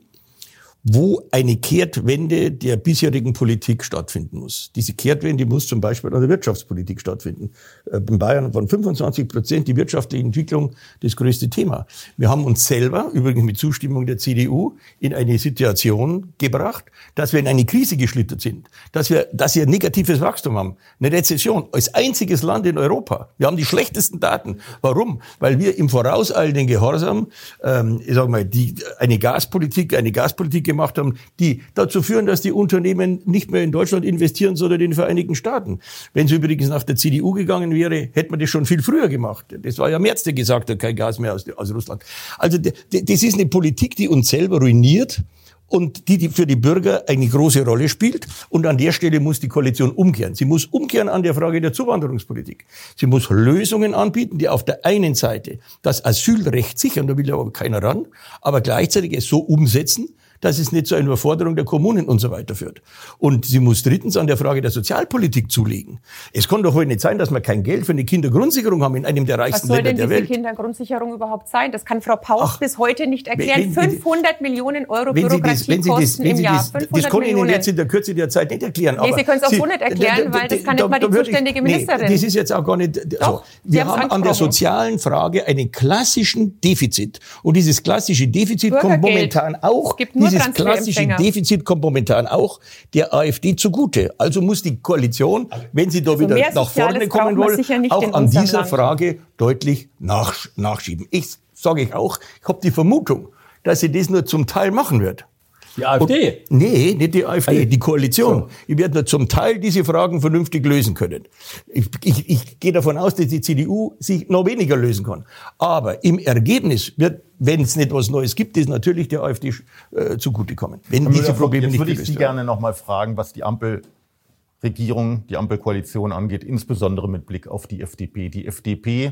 [SPEAKER 4] wo eine Kehrtwende der bisherigen Politik stattfinden muss. Diese Kehrtwende muss zum Beispiel an der Wirtschaftspolitik stattfinden. In Bayern waren fünfundzwanzig Prozent die wirtschaftliche Entwicklung das größte Thema. Wir haben uns selber, übrigens mit Zustimmung der C D U, in eine Situation gebracht, dass wir in eine Krise geschlittert sind, dass wir, dass wir negatives Wachstum haben, eine Rezession, als einziges Land in Europa. Wir haben die schlechtesten Daten. Warum? Weil wir im vorauseilenden Gehorsam, ähm, ich sag mal, die, eine Gaspolitik, eine Gaspolitik gemacht haben, die dazu führen, dass die Unternehmen nicht mehr in Deutschland investieren, sondern in den Vereinigten Staaten. Wenn es übrigens nach der C D U gegangen wäre, hätte man das schon viel früher gemacht. Das war ja Merz, der gesagt hat, kein Gas mehr aus, aus Russland. Also d- d- das ist eine Politik, die uns selber ruiniert und die, die für die Bürger eine große Rolle spielt. Und an der Stelle muss die Koalition umkehren. Sie muss umkehren an der Frage der Zuwanderungspolitik. Sie muss Lösungen anbieten, die auf der einen Seite das Asylrecht sichern, da will aber keiner ran, aber gleichzeitig es so umsetzen, dass es nicht zu einer Überforderung der Kommunen und so weiter führt. Und sie muss drittens an der Frage der Sozialpolitik zulegen. Es kann doch wohl nicht sein, dass wir kein Geld für eine Kindergrundsicherung haben in einem der
[SPEAKER 3] Was
[SPEAKER 4] reichsten
[SPEAKER 3] soll
[SPEAKER 4] Länder
[SPEAKER 3] denn
[SPEAKER 4] der
[SPEAKER 3] diese
[SPEAKER 4] Welt.
[SPEAKER 3] Kindergrundsicherung überhaupt sein? Das kann Frau Paus
[SPEAKER 4] Ach,
[SPEAKER 3] bis heute nicht erklären.
[SPEAKER 4] wenn- wenn-
[SPEAKER 3] fünfhundert Millionen Euro
[SPEAKER 4] Wenn Sie das, wenn Sie das,
[SPEAKER 3] Bürokratiekosten
[SPEAKER 4] wenn
[SPEAKER 3] im
[SPEAKER 4] Sie
[SPEAKER 3] Jahr.
[SPEAKER 4] das, das
[SPEAKER 3] fünfhundert
[SPEAKER 4] kann ich Ihnen
[SPEAKER 3] Millionen.
[SPEAKER 4] jetzt in der Kürze der Zeit nicht erklären.
[SPEAKER 3] Nee,
[SPEAKER 4] aber
[SPEAKER 3] Sie können es auch so nicht erklären, weil das kann nicht mal die
[SPEAKER 4] würde
[SPEAKER 3] zuständige Ministerin.
[SPEAKER 4] Nee, das ist jetzt auch gar nicht,
[SPEAKER 3] Doch,
[SPEAKER 4] also,
[SPEAKER 3] Sie
[SPEAKER 4] wir
[SPEAKER 3] haben's
[SPEAKER 4] haben an der
[SPEAKER 3] angesprochen.
[SPEAKER 4] sozialen Frage einen klassischen Defizit. Und dieses klassische Defizit kommt
[SPEAKER 3] Bürgergeld.
[SPEAKER 4] momentan auch,
[SPEAKER 3] Es gibt nur
[SPEAKER 4] dieses klassische
[SPEAKER 3] Transferempfänger.
[SPEAKER 4] Defizit kommt momentan auch der AfD zugute. Also muss die Koalition, wenn sie da
[SPEAKER 3] Also
[SPEAKER 4] wieder
[SPEAKER 3] mehr
[SPEAKER 4] nach vorne
[SPEAKER 3] Soziales
[SPEAKER 4] kommen
[SPEAKER 3] braucht man
[SPEAKER 4] will,
[SPEAKER 3] sicher nicht
[SPEAKER 4] auch
[SPEAKER 3] in
[SPEAKER 4] an
[SPEAKER 3] unserem
[SPEAKER 4] dieser
[SPEAKER 3] Land.
[SPEAKER 4] Frage deutlich nach, nachschieben. Ich sage ich auch, ich habe die Vermutung, dass sie das nur zum Teil machen wird.
[SPEAKER 5] Die AfD?
[SPEAKER 4] Und, nee, nicht die AfD,
[SPEAKER 5] Also,
[SPEAKER 4] die Koalition.
[SPEAKER 5] so.
[SPEAKER 4] Die werden nur zum Teil diese Fragen vernünftig lösen können. Ich, ich, ich gehe davon aus, dass die C D U sich noch weniger lösen kann. Aber im Ergebnis wird, wenn es nicht was Neues gibt, ist natürlich der AfD äh, zugutekommen. Wenn
[SPEAKER 2] Herr
[SPEAKER 4] diese
[SPEAKER 2] Müller,
[SPEAKER 4] Probleme
[SPEAKER 2] jetzt
[SPEAKER 4] nicht
[SPEAKER 2] würde ich
[SPEAKER 4] gelöst
[SPEAKER 2] Sie
[SPEAKER 4] werden.
[SPEAKER 2] gerne noch mal fragen, was die Ampelregierung, die Ampelkoalition angeht, insbesondere mit Blick auf die F D P. Die F D P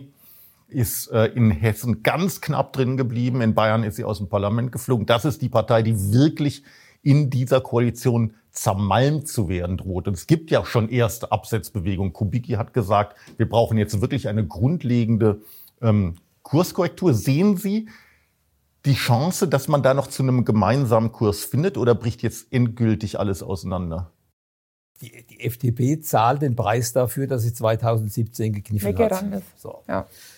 [SPEAKER 2] ist äh, in Hessen ganz knapp drin geblieben. In Bayern ist sie aus dem Parlament geflogen. Das ist die Partei, die wirklich in dieser Koalition zermalmt zu werden droht. Und es gibt ja schon erste Absetzbewegungen. Kubicki hat gesagt, wir brauchen jetzt wirklich eine grundlegende ähm, Kurskorrektur. Sehen Sie die Chance, dass man da noch zu einem gemeinsamen Kurs findet, oder bricht jetzt endgültig alles auseinander?
[SPEAKER 5] Die, die F D P zahlt den Preis dafür, dass sie zweitausendsiebzehn gekniffen
[SPEAKER 3] Weggerannt
[SPEAKER 5] hat.
[SPEAKER 3] ist.
[SPEAKER 5] So.
[SPEAKER 3] Ja.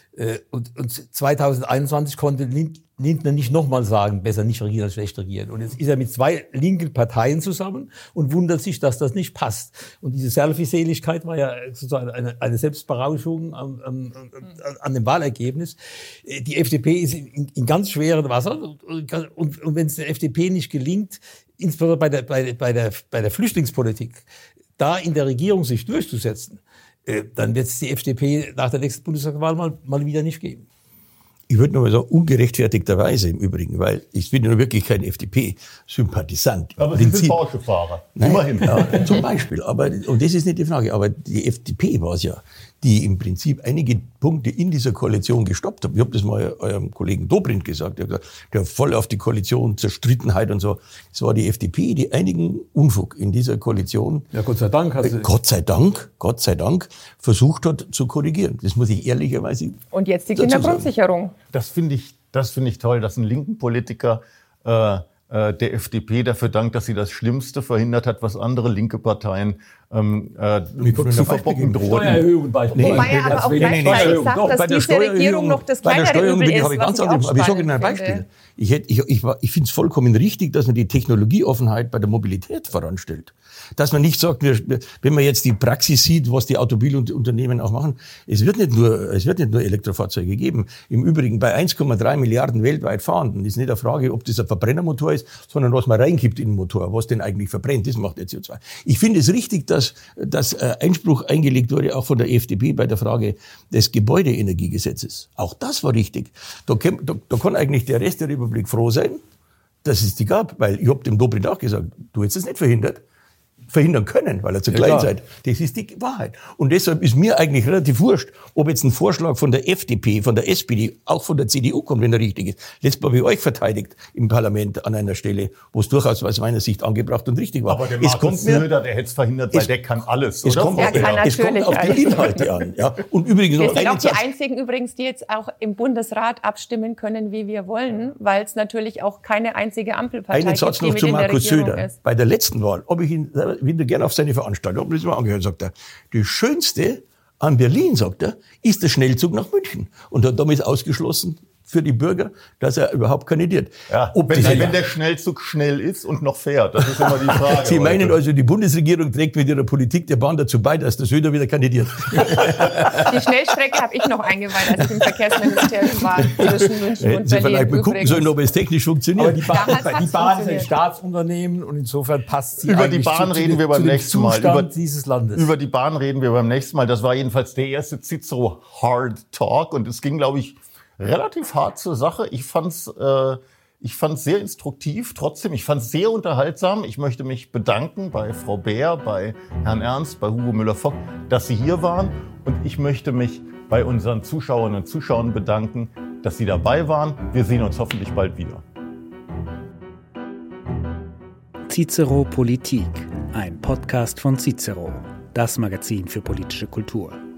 [SPEAKER 5] Und, und zweitausendeinundzwanzig konnte Lindner nicht nochmal sagen, besser nicht regieren als schlecht regieren. Und jetzt ist er mit zwei linken Parteien zusammen und wundert sich, dass das nicht passt. Und diese Selfie-Seligkeit war ja sozusagen eine, eine Selbstberauschung an, an, an dem Wahlergebnis. Die F D P ist in, in ganz schweren Wasser. Und, und, und wenn es der F D P nicht gelingt, insbesondere bei der, bei, bei der, bei der Flüchtlingspolitik, da in der Regierung sich durchzusetzen, dann wird es die F D P nach der nächsten Bundestagswahl mal, mal wieder nicht geben.
[SPEAKER 4] Ich würde noch mal sagen, ungerechtfertigterweise im Übrigen, weil ich bin ja wirklich kein F D P-Sympathisant.
[SPEAKER 2] Aber Sie sind Porsche-Fahrer.
[SPEAKER 4] Immerhin. Ja, zum Beispiel. Aber, und das ist nicht die Frage. Aber die F D P war es ja, die im Prinzip einige Punkte in dieser Koalition gestoppt hat. Ich habe das mal eurem Kollegen Dobrindt gesagt. Der hat gesagt, der voll auf die Koalition, Zerstrittenheit und so. Es war die F D P, die einigen Unfug in dieser Koalition,
[SPEAKER 5] ja, Gott sei Dank, hat sie
[SPEAKER 4] Gott sei Dank, Gott sei Dank, versucht hat zu korrigieren. Das muss ich ehrlicherweise
[SPEAKER 3] Und jetzt die Kindergrundsicherung.
[SPEAKER 2] Das finde ich, das finde ich toll, dass ein linken Politiker äh, äh, der F D P dafür dankt, dass sie das Schlimmste verhindert hat, was andere linke Parteien ähm, äh, zu verbocken drohen.
[SPEAKER 5] Steuererhöhung beispielsweise.
[SPEAKER 3] Wobei er aber auch gleichzeitig sagt, dass diese Regierung noch das kleinere Übel ist, was ich auch
[SPEAKER 4] Aber ich sage Ihnen ein Beispiel. Ich, hätte, ich, ich, ich finde es vollkommen richtig, dass man die Technologieoffenheit bei der Mobilität voranstellt. Dass man nicht sagt, wir, wenn man jetzt die Praxis sieht, was die Automobilunternehmen auch machen, es wird nicht nur, es wird nicht nur Elektrofahrzeuge geben. Im Übrigen bei eins Komma drei Milliarden weltweit Fahrenden ist nicht eine Frage, ob das ein Verbrennermotor ist, sondern was man reinkippt in den Motor, was den eigentlich verbrennt, das macht der C O zwei. Ich finde es richtig, dass, dass Einspruch eingelegt wurde, auch von der F D P bei der Frage des Gebäudeenergiegesetzes. Auch das war richtig. Da kann, da, da kann eigentlich der Rest der Republik froh sein, dass es die gab, weil ich habe dem Dobrindt auch gesagt, du hättest es nicht verhindert. Verhindern können, weil er zu klein seid. Das ist die Wahrheit. Und deshalb ist mir eigentlich relativ wurscht, ob jetzt ein Vorschlag von der F D P, von der S P D, auch von der C D U kommt, wenn er richtig ist. Letztes Mal habe ich euch verteidigt im Parlament an einer Stelle, wo es durchaus aus meiner Sicht angebracht und richtig war.
[SPEAKER 2] Aber der
[SPEAKER 4] es kommt mir,
[SPEAKER 2] Söder, der hätte es verhindert, weil es, der kann alles.
[SPEAKER 4] Es,
[SPEAKER 2] oder?
[SPEAKER 4] Kommt,
[SPEAKER 3] er kann
[SPEAKER 4] es kommt auf die Inhalte an. Ja. Und übrigens
[SPEAKER 3] wir
[SPEAKER 4] noch
[SPEAKER 3] sind auch
[SPEAKER 4] einen
[SPEAKER 3] die
[SPEAKER 4] Satz.
[SPEAKER 3] einzigen übrigens, die jetzt auch im Bundesrat abstimmen können, wie wir wollen, weil es natürlich auch keine einzige Ampelpartei
[SPEAKER 4] Einen Satz
[SPEAKER 3] gibt, die
[SPEAKER 4] noch
[SPEAKER 3] mit
[SPEAKER 4] zu
[SPEAKER 3] in der
[SPEAKER 4] Markus
[SPEAKER 3] Regierung
[SPEAKER 4] Söder.
[SPEAKER 3] ist.
[SPEAKER 4] Bei der letzten Wahl habe ich ihn wieder gerne auf seine Veranstaltung, habe ich das mal angehört, sagt er, die schönste an Berlin, sagt er, ist der Schnellzug nach München. Und hat damit ausgeschlossen für die Bürger, dass er überhaupt kandidiert.
[SPEAKER 2] Ja,
[SPEAKER 4] Ob
[SPEAKER 2] wenn,
[SPEAKER 4] das-
[SPEAKER 2] wenn der Schnellzug schnell ist und noch fährt, das ist immer die Frage.
[SPEAKER 4] Sie meinen
[SPEAKER 2] heute.
[SPEAKER 4] also, die Bundesregierung trägt mit ihrer Politik der Bahn dazu bei, dass der Söder wieder kandidiert.
[SPEAKER 3] Die Schnellstrecke habe ich noch eingeweiht, als ich im Verkehrsministerium war, zwischen München
[SPEAKER 4] Hätten
[SPEAKER 3] und
[SPEAKER 4] Sie
[SPEAKER 3] Berlin.
[SPEAKER 4] vielleicht mal gucken
[SPEAKER 3] übrigens.
[SPEAKER 4] sollen, ob es technisch funktioniert.
[SPEAKER 5] Aber die Bahn,
[SPEAKER 3] Damals hat's
[SPEAKER 5] die Bahn ist ein
[SPEAKER 3] funktioniert.
[SPEAKER 5] Staatsunternehmen und insofern passt sie
[SPEAKER 2] Über
[SPEAKER 5] eigentlich
[SPEAKER 2] die Bahn
[SPEAKER 5] zu,
[SPEAKER 2] reden
[SPEAKER 5] zu,
[SPEAKER 2] wir beim
[SPEAKER 5] zu dem
[SPEAKER 2] nächsten Mal.
[SPEAKER 5] Zustand
[SPEAKER 2] Über-
[SPEAKER 5] dieses Landes.
[SPEAKER 2] Über die Bahn reden wir beim nächsten Mal. Das war jedenfalls der erste Cicero Hard Talk und es ging, glaube ich, relativ hart zur Sache. Ich fand's, äh, ich fand's sehr instruktiv. Trotzdem, ich fand's sehr unterhaltsam. Ich möchte mich bedanken bei Frau Beer, bei Herrn Ernst, bei Hugo Müller-Fock, dass Sie hier waren. Und ich möchte mich bei unseren Zuschauerinnen und Zuschauern bedanken, dass Sie dabei waren. Wir sehen uns hoffentlich bald wieder.
[SPEAKER 1] Cicero Politik, ein Podcast von Cicero, das Magazin für politische Kultur.